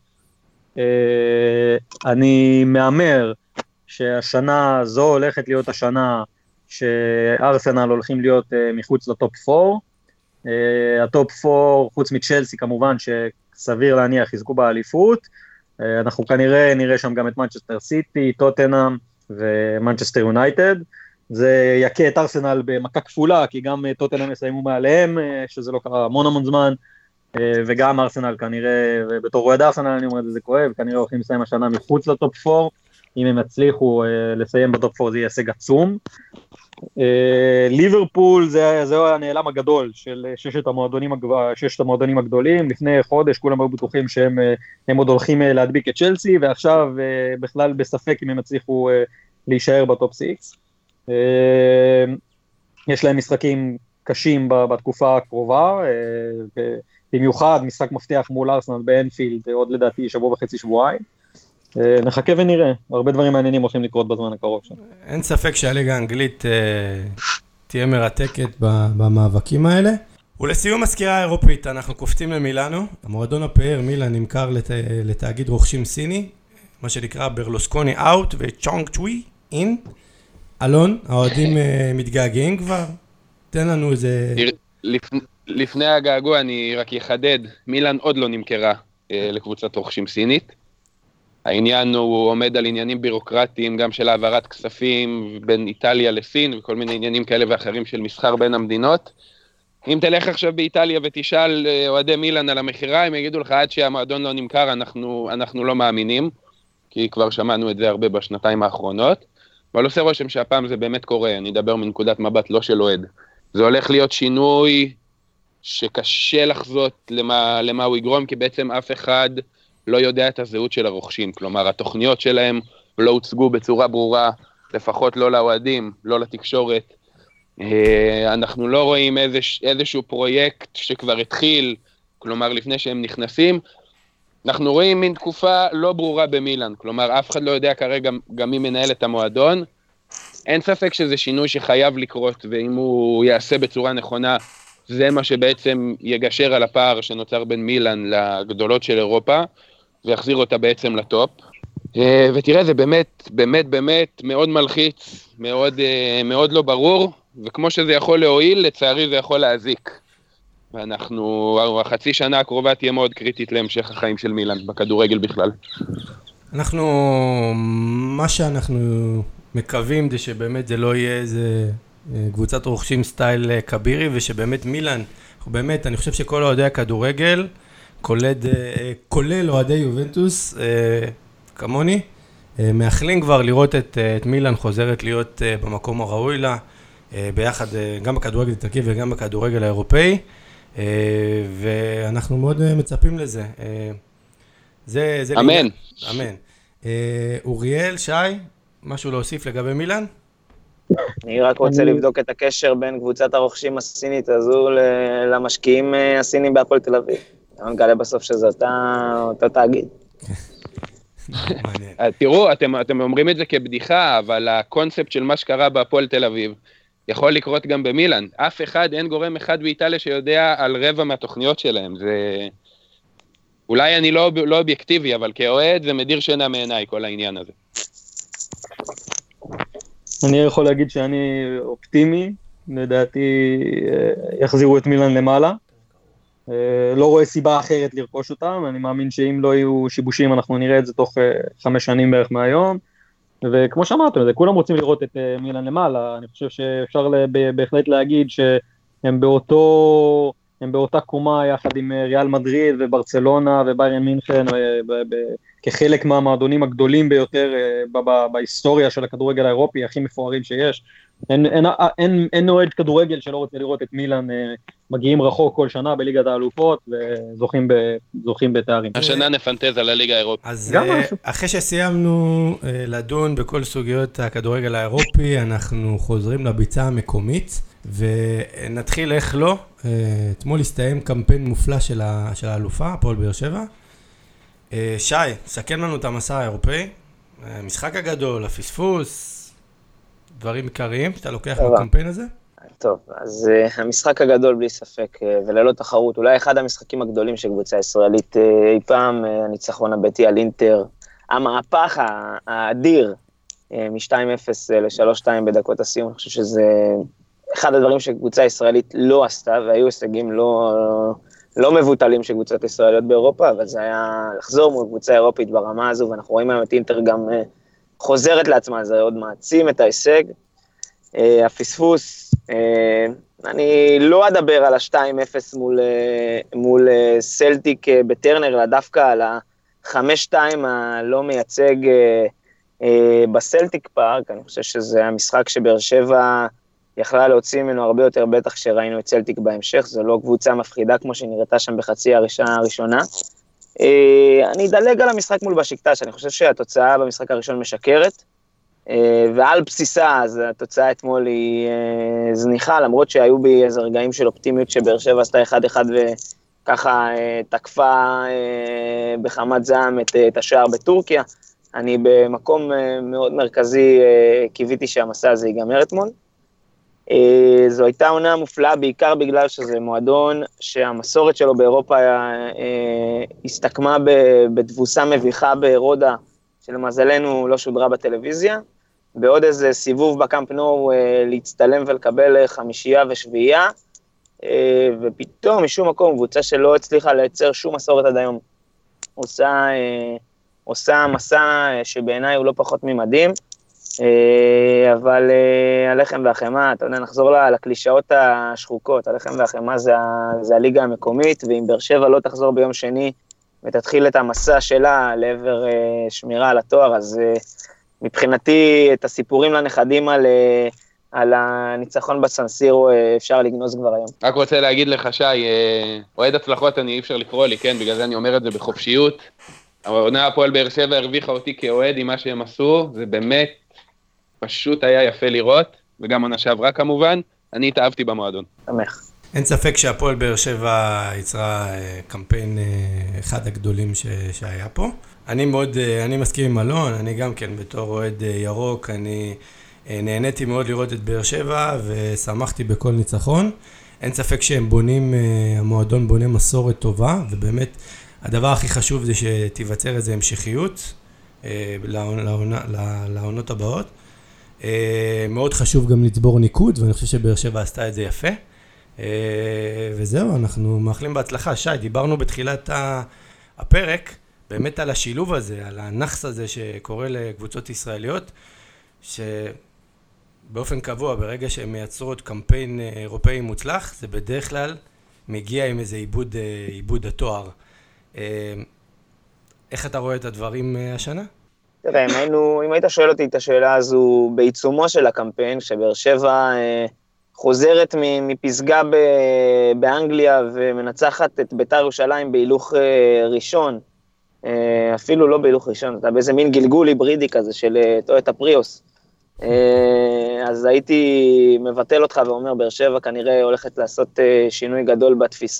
אני מאמר שהשנה הזו הולכת להיות השנה שארסנל הולכים להיות מחוץ לטופ 4, הטופ 4 חוץ מצ'לסי כמובן שסביר להניח יזכו באליפות, אנחנו כנראה נראה שם גם את מנצ'סטר סיטי, טוטנהאם ומנצ'סטר יונייטד, זה יקה את ארסנל במכה כפולה, כי גם טוטנהאם יסיימו מעליהם, שזה לא קרה המון זמן, וגם ארסנל כנראה, ובתור רועד ארסנל אני אומר את זה כואב, כנראה הולכים לסיים השנה מחוץ לטופ 4, אם הם יצליחו לסיים בטופ 4 זה יהיה הישג עצום. ליברפול זהו הנעלם הגדול של ששת המועדונים הגדולים, לפני חודש כולם היו בטוחים שהם עוד הולכים להדביק את צ'לסי, ועכשיו בכלל בספק אם הם יצליחו להישאר בטופ 6. יש להם משחקים קשים בתקופה הקרובה, במיוחד משחק מפתח מול ארסנל באנפילד, עוד לדעתי שבועיים. נחכה ונראה, הרבה דברים מעניינים הולכים לקרות בזמן הקרוב שם. אין ספק שהליגה האנגלית תהיה מרתקת במאבקים האלה. ולסיום הסקירה האירופית, אנחנו קופצים למילאנו. המועדון הפאר מילאן נמכר לתאגיד רוכשים סיני, מה שנקרא ברלוסקוני אאוט וצ'ונג צ'וי אין. אלון, האוהדים מתגעגעים כבר? תן לנו איזה... לפני הגעגוע אני רק יחדד, מילאן עוד לא נמכרה לקבוצת רוכשים סינית. העניין הוא עומד על עניינים בירוקרטיים, גם של העברת כספים בין איטליה לסין, וכל מיני עניינים כאלה ואחרים של מסחר בין המדינות. אם תלך עכשיו באיטליה ותשאל אוהדי מילאן על המחירה, הם יגידו לך עד שהמועדון לא נמכר, אנחנו לא מאמינים, כי כבר שמענו את זה הרבה בשנתיים האחרונות, אבל עושה רושם שהפעם זה באמת קורה, אני אדבר מנקודת מבט לא של אוהד. זה הולך להיות שינוי שקשה לחזות למה הוא יגרום, כי בעצם אף אחד לא יודע את הזהות של הרוכשים, כלומר התוכניות שלהם לא הוצגו בצורה ברורה, לפחות לא לאוהדים, לא לתקשורת. אנחנו לא רואים איזשהו פרויקט שכבר התחיל, כלומר לפני שהם נכנסים, אנחנו רואים מין תקופה לא ברורה במילאן, כלומר אף אחד לא יודע כרגע גם מי מנהל את המועדון, אין ספק שזה שינוי שחייב לקרות, ואם הוא יעשה בצורה נכונה, זה מה שבעצם יגשר על הפער שנוצר בין מילאן לגדולות של אירופה, ויחזיר אותה בעצם לטופ. ותראה, זה באמת מאוד מלחיץ, מאוד לא ברור, וכמו שזה יכול להועיל, לצערי זה יכול להזיק. החצי שנה הקרובה תהיה מאוד קריטית להמשך החיים של מילאן, בכדורגל בכלל. מה שאנחנו מקווים זה שבאמת זה לא יהיה איזה קבוצת רוכשים סטייל קבירי, ושבאמת מילאן, באמת, אני חושב שכל אוהדי הכדורגל, כולל אוהדי יובנטוס, כמוני, מאחלים כבר לראות את מילאן חוזרת להיות במקום הראוי לה, ביחד גם בכדורגל האיטלקי וגם בכדורגל האירופאי, ואנחנו מאוד מצפים לזה. אמן. אמן. אוריאל, שי, משהו להוסיף לגבי מילאן? אני רק רוצה לבדוק את הקשר בין קבוצת הרוכשים הסינית הזו למשקיעים הסינים בהפועל תל אביב. אני מגלה בסוף שזה אותו תאגיד. תראו, אתם אומרים את זה כבדיחה, אבל הקונספט של מה שקרה בהפועל תל אביב יכול לקרות גם במילאן. אף אחד, אין גורם אחד באיטליה שיודע על רבע מהתוכניות שלהם. זה... אולי אני לא אובייקטיבי, אבל כאוהד זה מדיר שינה מעיניי כל העניין הזה. אני יכול להגיד שאני אופטימי, לדעתי יחזירו את מילאן למעלה. לא רואה סיבה אחרת לרכוש אותם, אני מאמין שאם לא יהיו שיבושים אנחנו נראה את זה תוך 5 שנים בערך מהיום, וכמו שאמרתם, כולם רוצים לראות את מילאן למעלה, אני חושב שאפשר בהחלט להגיד שהם באותה קומה יחד עם ריאל מדריד וברצלונה וביירן מינכן, כחלק מהמועדונים הגדולים ביותר בהיסטוריה של הכדורגל האירופי, הכי מפוארים שיש. אין אוהד כדורגל שלא רוצה לראות את מילאן מגיעים רחוק כל שנה בליגת האלופות וזוכים בתארים. השנה נפנטז על הליגה האירופית. אז אחרי שסיימנו לדון בכל סוגיות הכדורגל האירופי, אנחנו חוזרים לביצה המקומית, ונתחיל איך לא. אתמול הסתיים קמפיין מופלא של האלופה, הפועל באר שבע. שי, סכם לנו את המסע האירופאי, המשחק הגדול, הפספוס, דברים עיקריים שאתה לוקח בקמפיין הזה? טוב, אז המשחק הגדול בלי ספק, וללא תחרות, אולי אחד המשחקים הגדולים של קבוצה ישראלית אי פעם, הניצחון הביתי על אינטר, המהפך האדיר מ-2-0 ל-3-2 בדקות הסיום, אני חושב שזה אחד הדברים שקבוצה ישראלית לא עשתה, והיו הישגים לא מבוטלים של קבוצות ישראליות באירופה, אבל זה היה לחזור מול קבוצה אירופית ברמה הזו, ואנחנו רואים היום את אינטר גם חוזרת לעצמה, זה עוד מעצים את ההישג. הפספוס, אני לא אדבר על ה-2-0 מול סלטיק בטרנר, אלא דווקא על ה-5-2 הלא מייצג בסלטיק פארק. אני חושב שזה המשחק שבאר שבע יכלה להוציא ממנו הרבה יותר, בטח שראינו את סלטיק בהמשך, זו לא קבוצה מפחידה כמו שנראתה שם בחצי הראשונה. אני אדלג על המשחק מול בשיקטש, אני חושב שהתוצאה במשחק הראשון משקרת, ועל בסיסה, אז התוצאה אתמול היא זניחה, למרות שהיו בי איזה רגעים של אופטימיות שבאר שבע עשתה 1-1 וככה תקפה בחמת זעם את השער בטורקיה. אני במקום מאוד מרכזי קיוויתי שהמסע הזה ייגמר אתמול. זו הייתה עונה מופלאה, בעיקר בגלל שזה מועדון שהמסורת שלו באירופה הסתכמה בתבוסה מביכה ברודה, שלמזלנו לא שודרה בטלוויזיה, בעוד איזה סיבוב בקאמפ נו להצטלם ולקבל 5 ו7, ופתאום משום מקום קבוצה שלא הצליחה לייצר שום מסורת עד היום, עושה מסע שבעיניי הוא לא פחות ממדהים, אבל הלחם והחמה, אתה יודע, נחזור לקלישאות השחוקות, הלחם והחמה זה הליגה המקומית, ואם באר שבע לא תחזור ביום שני, ותתחיל את המסע שלה לעבר שמירה על התואר, אז מבחינתי את הסיפורים לנכדים על הניצחון בסנסירו אפשר לגנוז כבר היום. רק רוצה להגיד לך, שי, אוהד הצלחות אני אי אפשר לקרוא לי, כן, בגלל זה אני אומר את זה בחופשיות, העונה הפועל באר שבע הרוויחה אותי כאוהד עם מה שהם עשו, זה באמת פשוט היה יפה לראות, וגם עונה שעברה כמובן, אני התאהבתי במועדון. שמח. אין ספק שהפועל באר שבע יצרה קמפיין אחד הגדולים שהיה פה. אני מסכים עם אלון, אני גם כן בתור אוהד ירוק, אני נהניתי מאוד לראות את באר שבע ושמחתי בכל ניצחון. אין ספק שהם בונים, המועדון בונה מסורת טובה, ובאמת הדבר הכי חשוב זה שתיווצר איזו המשכיות לעונות הבאות. מאוד חשוב גם לצבור ניקוד, ואני חושב שבאר שבע עשתה את זה יפה. וזהו, אנחנו מאחלים בהצלחה. שי, דיברנו בתחילת הפרק, באמת על השילוב הזה, על הנחס הזה שקורה לקבוצות ישראליות, שבאופן קבוע, ברגע שהן מייצרות קמפיין אירופאי מוצלח, זה בדרך כלל מגיע עם איזה עיבוד התואר. איך אתה רואה את הדברים השנה? תראה, אם היית שואל אותי את השאלה הזו בעיצומו של הקמפיין, שבאר שבע חוזרת מפסגה באנגליה ומנצחת את בית"ר ירושלים בהילוך ראשון, אפילו לא בהילוך ראשון, אתה באיזה מין גלגול היברידי כזה של טויוטה פריוס, אז הייתי מבטל אותך ואומר, באר שבע כנראה הולכת לעשות שינוי גדול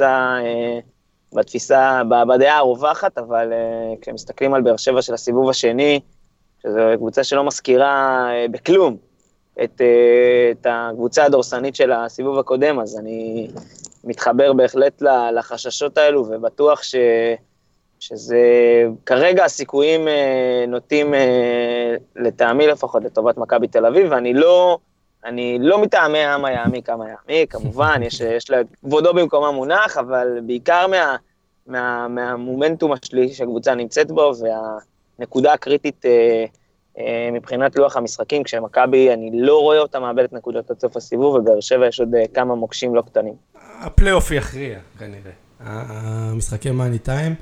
בתפיסה, בדעה הרווחת, אבל כשמסתכלים על באר שבע של הסיבוב השני, שזו קבוצה שלא מזכירה בכלום את הקבוצה הדורסנית של הסיבוב הקודם, אז אני מתחבר בהחלט לחששות האלו, ובטוח שזה כרגע הסיכויים נוטים לטעמי לפחות לטובת מכבי תל אביב, ואני לא אני לא מתאמה מה יעמיק, כמובן, יש לה כבודו במקומה מונח, אבל בעיקר מהמומנטום השלישי שהקבוצה נמצאת בו, והנקודה הקריטית מבחינת לוח המשחקים, כשמכבי, אני לא רואה אותה מאבדת נקודות עד סוף הסיבוב, ובאר שבע יש עוד כמה מוקשים לא קטנים. הפלייאוף יכריע, כנראה. המשחקי מאני טיים,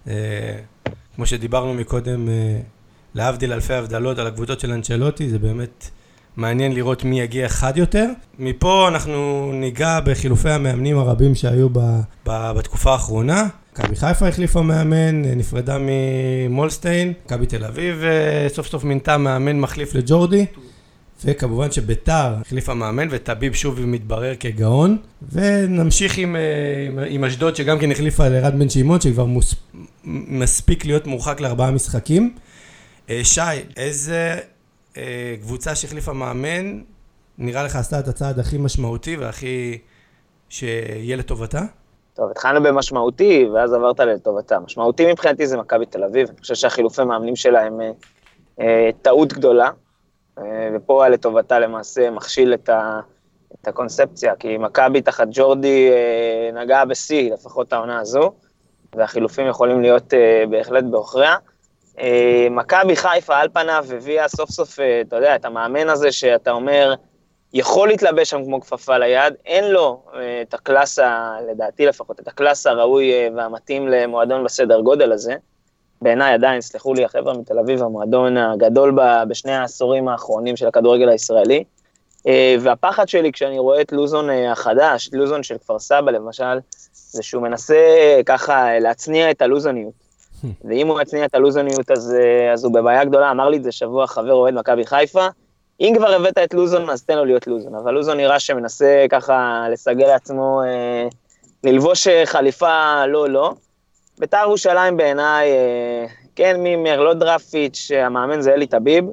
כמו שדיברנו מקודם, להבדיל אלפי הבדלות על הקבוצות של אנצ'לוטי, זה באמת מעניין לראות מי יגיע אחד יותר. מפה אנחנו ניגע בחילופי המאמנים הרבים שהיו בתקופה האחרונה. מכבי חיפה החליפה מאמן, נפרדה ממולסטיין, מכבי תל אביב סוף סוף מינתה מאמן מחליף לג'ורדי, וכמובן שביתר החליפה מאמן וטביב שוב מתברר כגאון, ונמשיך עם אשדוד שגם כן החליפה לרד בן שמעון שכבר מספיק להיות מורחק ל4 משחקים. שי, איזה קבוצה שהחליפה מאמן נראה לך עשתה את הצעד הכי משמעותי והכי שיהיה לטובתה? טוב, התחלנו במשמעותי, ואז עברת לטובתה. משמעותי מבחינתי זה מכבי תל אביב, אני חושב שהחילופי מאמנים שלה הם טעות גדולה, ופה לטובתה למעשה מכשיל את הקונספציה, כי מכבי תחת ג'ורדי נגעה בסי, לפחות העונה הזו, והחילופים יכולים להיות בהחלט באוכריה. מכבי חיפה על פניו הביאה סוף סוף, אתה יודע, את המאמן הזה שאתה אומר, יכול להתלבש שם כמו כפפה ליד, אין לו את הקלאסה, לדעתי לפחות, את הקלאסה הראוי והמתאים למועדון בסדר גודל הזה. בעיניי עדיין, סלחו לי החבר'ה מתל אביב, המועדון הגדול בשני העשורים האחרונים של הכדורגל הישראלי. והפחד שלי כשאני רואה את לוזון החדש, לוזון של כפר סבא למשל, זה שהוא מנסה ככה להצניע את הלוזוניות. ואם הוא יצניע את הלוזוניות, אז הוא בבעיה גדולה. אמר לי את זה שבוע חבר אוהד מכבי חיפה, אם כבר הבאת את לוזון, אז תן לו להיות לוזון, אבל לוזון נראה שמנסה ככה לסגל לעצמו, ללבוש חליפה לא. בית"ר ירושלים בעיניי, כן, מימר, לא דרפיץ', המאמן זה אלי טביב,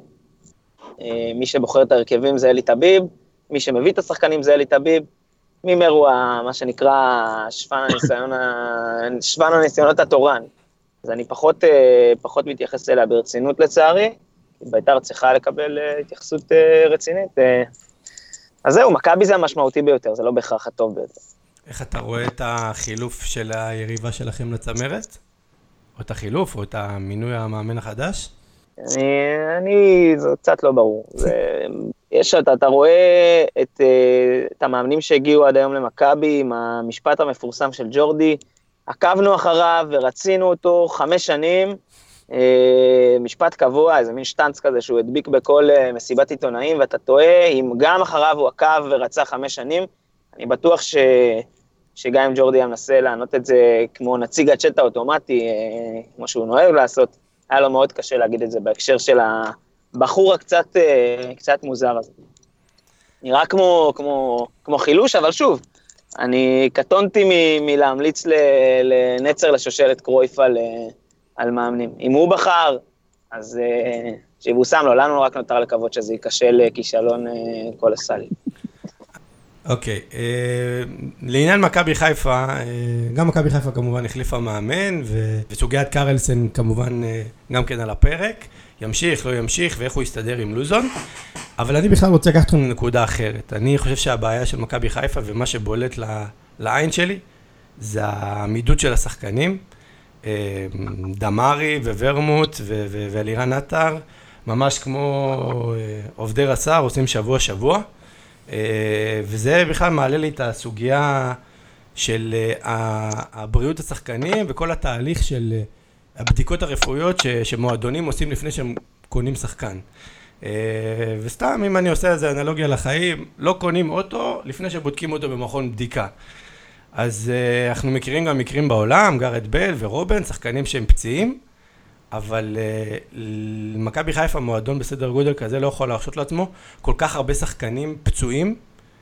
מי שבוחר את הרכבים זה אלי טביב, מי שמביא את השחקנים זה אלי טביב, מימר הוא מה שנקרא שפן הניסיונות התורן, אז אני פחות מתייחס אליה ברצינות לצערי, בית"ר צריכה לקבל התייחסות רצינית. אז זהו, מכבי זה המשמעותי ביותר, זה לא בהכרח הטוב ביותר. איך אתה רואה את החילוף של היריבה שלכם לצמרת? או את החילוף, או את המינוי המאמן החדש? זה קצת לא ברור. אתה רואה את המאמנים שהגיעו עד היום למכבי, עם המשפט המפורסם של ג'ורדי, עקבנו אחריו ורצינו אותו 5 שנים, משפט קבוע, איזה מין שטנץ כזה שהוא הדביק בכל מסיבת עיתונאים, ואתה טועה, אם גם אחריו הוא עקב ורצה 5 שנים, אני בטוח שגם אם ג'ורדי מנסה לענות את זה כמו נציג הצ'אט האוטומטי, כמו שהוא נוהג לעשות, היה לו מאוד קשה להגיד את זה בהקשר של הבחור קצת מוזר הזה. נראה כמו חילוש, אבל שוב, אני קטונתי מלהמליץ לנצר לשושלת קרויפה על מאמנים. אם הוא בחר, אז שיבוסם לו, לנו רק נותר לקוות שזה ייכשל כישלון קולוסלי. אוקיי, לעניין מכבי חיפה, גם מכבי חיפה כמובן החליפה מאמן, וסוגיית קרלסן כמובן גם כן על הפרק, ימשיך, לא ימשיך, ואיך הוא יסתדר עם לוזון, אבל אני בכלל רוצה לקחת אתכם לנקודה אחרת. אני חושב שהבעיה של מכבי חיפה, ומה שבולט לעין שלי, זה העמידות של השחקנים, דמרי וורמוט ואלירן עטר, ממש כמו עובדי רס"ר, עושים שבוע, וזה בכלל מעלה לי את הסוגיה של הבריאות השחקנים וכל התהליך של הבדיקות הרפואיות שמועדונים עושים לפני שהם קונים שחקן. וסתם אם אני עושה איזה אנלוגיה לחיים, לא קונים אוטו לפני שבודקים אותו במכון בדיקה. אז אנחנו מכירים גם מקרים בעולם, גארד בל ורובן, שחקנים שהם פציעים, אבל מכבי חיפה מועדון בסדר גודל כזה לא יכול להרשות לעצמו כל כך הרבה שחקנים פצועים,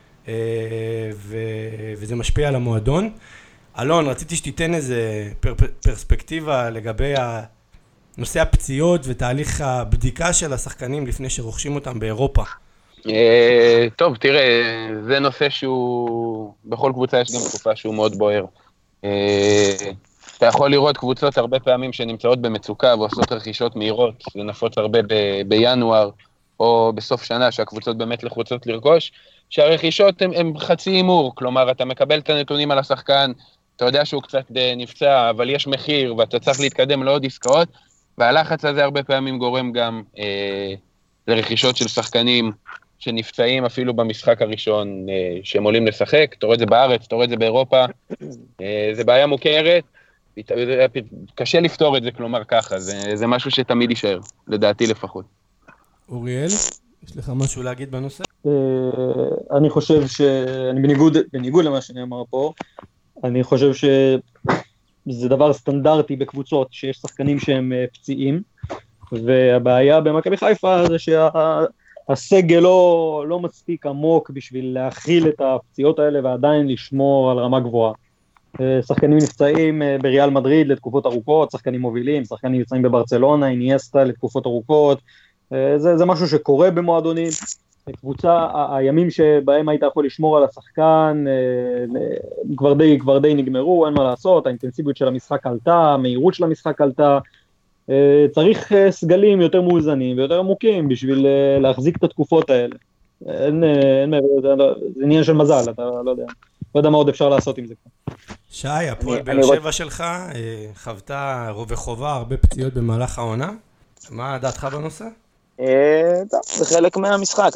וזה משפיע על המועדון. אלון, רציתי שתיתן איזה פרספקטיבה לגבי נושא הפציעות ותהליך הבדיקה של השחקנים לפני שרוכשים אותם באירופה. טוב, תראה, זה נושא שהוא, בכל קבוצה יש גם תקופה שהוא מאוד בוער. אתה יכול לראות קבוצות הרבה פעמים שנמצאות במצוקה ועושות רכישות מהירות, זה נפוץ הרבה בינואר, או בסוף שנה שהקבוצות באמת לחוצות לרכוש, שהרכישות הם חצי אימור, כלומר אתה מקבל את הנתונים על השחקן, אתה יודע שהוא קצת נפצע, אבל יש מחיר ואתה צריך להתקדם לעוד עסקאות, והלחץ הזה הרבה פעמים גורם גם לרכישות של שחקנים שנפצעים אפילו במשחק הראשון שהם עולים לשחק, אתה רואה את זה בארץ, אתה רואה את זה באירופה, זה בעיה מוכרת, קשה לפתור את זה, כלומר ככה, זה משהו שתמיד יישאר, לדעתי לפחות. אוריאל, יש לך משהו להגיד בנושא? אני חושב אני בניגוד למה שנאמר פה, אני חושב שזה דבר סטנדרטי בקבוצות שיש שחקנים שהם פציעים, והבעיה במכבי חיפה זה שהסגל לא מספיק עמוק בשביל להכיל את הפציעות האלה ועדיין לשמור על רמה גבוהה. שחקנים נפצעים בריאל מדריד לתקופות ארוכות, שחקנים מובילים, שחקנים נפצעים בברצלונה, אינייסטה לתקופות ארוכות, זה משהו שקורה במועדונים. קבוצה, הימים שבהם היית יכול לשמור על השחקן כבר די נגמרו, אין מה לעשות, האינטנסיביות של המשחק עלתה, המהירות של המשחק עלתה, צריך סגלים יותר מאוזנים ויותר עמוקים בשביל להחזיק את התקופות האלה. זה עניין של מזל, אתה לא יודע מה עוד אפשר לעשות עם זה. שי, הפועל באר שבע שלך חוותה וחובה הרבה פציעות במהלך העונה, מה דעתך בנושא? טוב, זה חלק מהמשחק,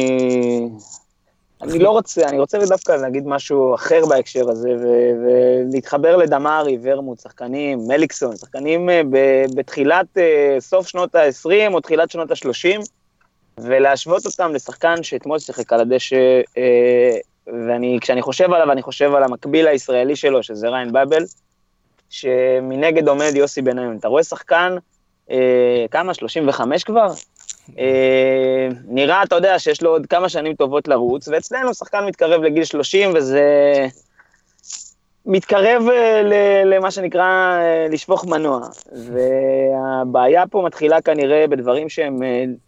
אני לא רוצה, אני רוצה דווקא להגיד משהו אחר בהקשר הזה, ולהתחבר לדמרי, ורמוט, שחקנים, מליקסון, שחקנים בתחילת, סוף שנות ה-20 או תחילת שנות ה-30, ולהשוות אותם לשחקן שאתמול שיחק על הדשא, וכשאני חושב עליו, אני חושב על המקביל הישראלי שלו, שזה ריין באבל, שמנגד עומד יוסי בניון. אתה רואה שחקן, כמה? 35 כבר? נראה, אתה יודע, שיש לו עוד כמה שנים טובות לרוץ, ואצלנו שחקן מתקרב לגיל 30, וזה מתקרב למה שנקרא לשפוך מנוע, והבעיה פה מתחילה כנראה בדברים שהם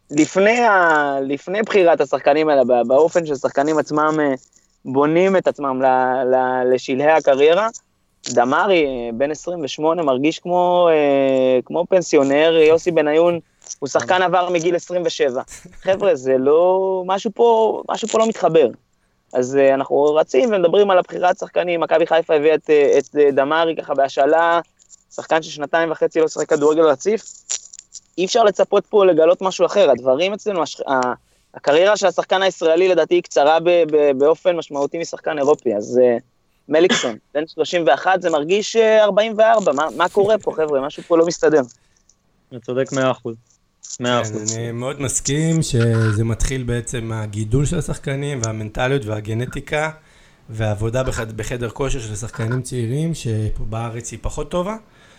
לפני בחירת השחקנים האלה, באופן ששחקנים עצמם בונים את עצמם לשלהי הקריירה. דמרי, בן 28, מרגיש כמו פנסיונר, יוסי בניון, הוא שחקן עבר מגיל 27. חבר'ה, זה לא, משהו פה לא מתחבר. אז אנחנו רצים ומדברים על הבחירת שחקנים, מכבי חיפה הביא את דמרי ככה בהשאלה, שחקן ששנתיים וחצי לא שחק כדורגל רציף, אי אפשר לצפות פה לגלות משהו אחר, הדברים אצלנו, הקריירה של השחקן הישראלי לדעתי היא קצרה באופן משמעותי משחקן אירופי, אז מליקסון, בן 31, זה מרגיש 44, מה קורה פה חבר'ה, משהו פה לא מסתדר. אני צודק 100%. אני מאוד מסכים שזה מתחיל בעצם מהגידול של השחקנים והמנטליות והגנטיקה והעבודה בחדר כושר של שחקנים צעירים שפה בארץ היא פחות טובה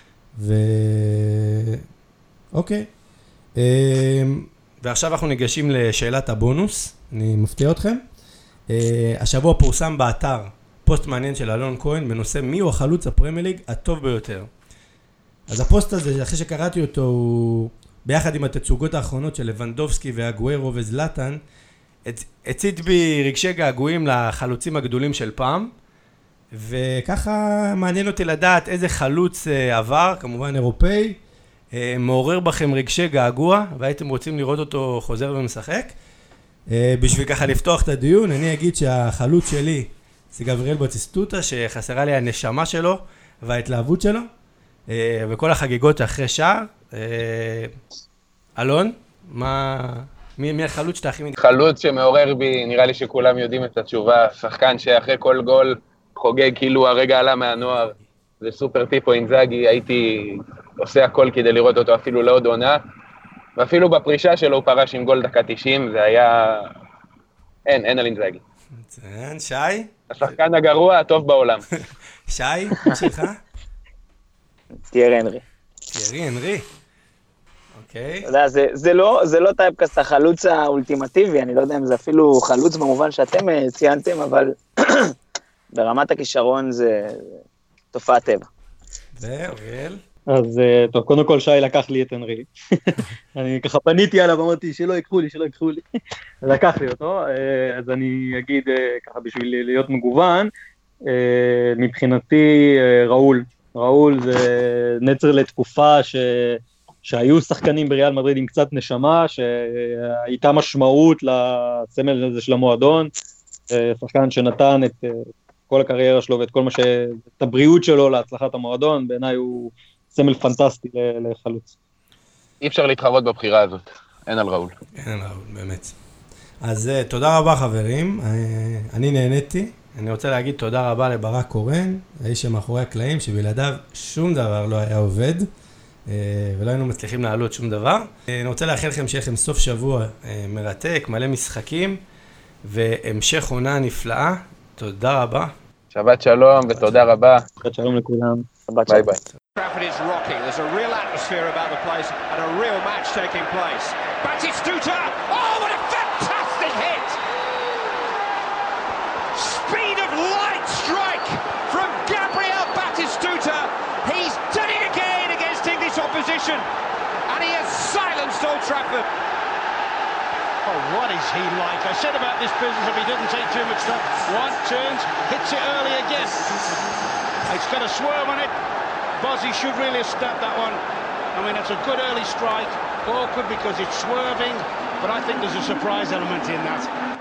אוקיי. ועכשיו אנחנו ניגשים לשאלת הבונוס, אני מפתיע אתכם. השבוע פורסם באתר פוסט מעניין של אלון כהן בנושא מי הוא החלוץ הפרמייר ליג הטוב ביותר. אז הפוסט הזה, אחרי שקראתי אותו, הוא ביחד עם התצוגות האחרונות של לבנדובסקי ואגוארו וזלטן, הצית בי רגשי געגועים לחלוצים הגדולים של פעם, וככה מעניין אותי לדעת איזה חלוץ עבר, כמובן אירופאי, מעורר בכם רגשי געגוע, והייתם רוצים לראות אותו חוזר ומשחק. בשביל ככה לפתוח את הדיון, אני אגיד שהחלוץ שלי זה גבריאל בטיסטוטה, שחסרה לי הנשמה שלו וההתלהבות שלו, וכל החגיגות אחרי שער. אלון, מי החלוץ שאתה הכי מתחבר? חלוץ שמעורר בי, נראה לי שכולם יודעים את התשובה, שחקן שאחרי כל גול חוגג כאילו הרגע עלה מהנוער, זה סופר טיפו אינזאגי, הייתי עושה הכל כדי לראות אותו אפילו לעוד עונה, ואפילו בפרישה שלו הוא פרש עם גול דקה 90, זה היה... אין על אינזאגי. שי? השחקן הגרוע הטוב בעולם. שי, מה שלך? תיארי אנרי. תיארי אנרי. אוקיי. אתה יודע, זה לא טייפקאסט החלוץ האולטימטיבי, אני לא יודע אם זה אפילו חלוץ במובן שאתם ציינתם, אבל ברמת הכישרון זה תופעת טבע. ואוריאל? אז טוב, קודם כל שי לקח לי את אנרי. אני ככה פניתי עליו, אמרתי שלא ייקחו לי. לקח לי אותו, אז אני אגיד ככה בשביל להיות מגוון, מבחינתי ראול זה נצר לתקופה שהיו שחקנים בריאל מדריד עם קצת נשמה, שהייתה משמעות לסמל הזה של המועדון, שחקן שנתן את כל הקריירה שלו ואת כל את הבריאות שלו להצלחת המועדון, בעיניי הוא סמל פנטסטי לחלוץ. אי אפשר להתחרות בבחירה הזאת, אין על ראול. אין על ראול, באמת. אז תודה רבה חברים, אני נהניתי, אני רוצה להגיד תודה רבה לברק קורן, האיש שמאחורי הקלעים, שבלעדיו שום דבר לא היה עובד, ולא היינו מצליחים לעלות שום דבר. אני רוצה לאחל לכם שיהיה לכם סוף שבוע מרתק, מלא משחקים, והמשך עונה נפלאה. תודה רבה. שבת שלום ותודה רבה. שבת שלום לכולם. ביי ביי. Trafford is rocking. There's a real atmosphere about the place and a real match taking place. Batistuta! Oh, what a fantastic hit! Speed of light strike from Gabriel Batistuta. He's done it again against English opposition. And he has silenced Old Trafford. Oh, what is he like? I said about this business, if he doesn't take too much stuff, one turns, hits it early again. It's got a swerve on it. Bozzy should really have stabbed that one. I mean, it's a good early strike. Awkward because it's swerving, but I think there's a surprise element in that.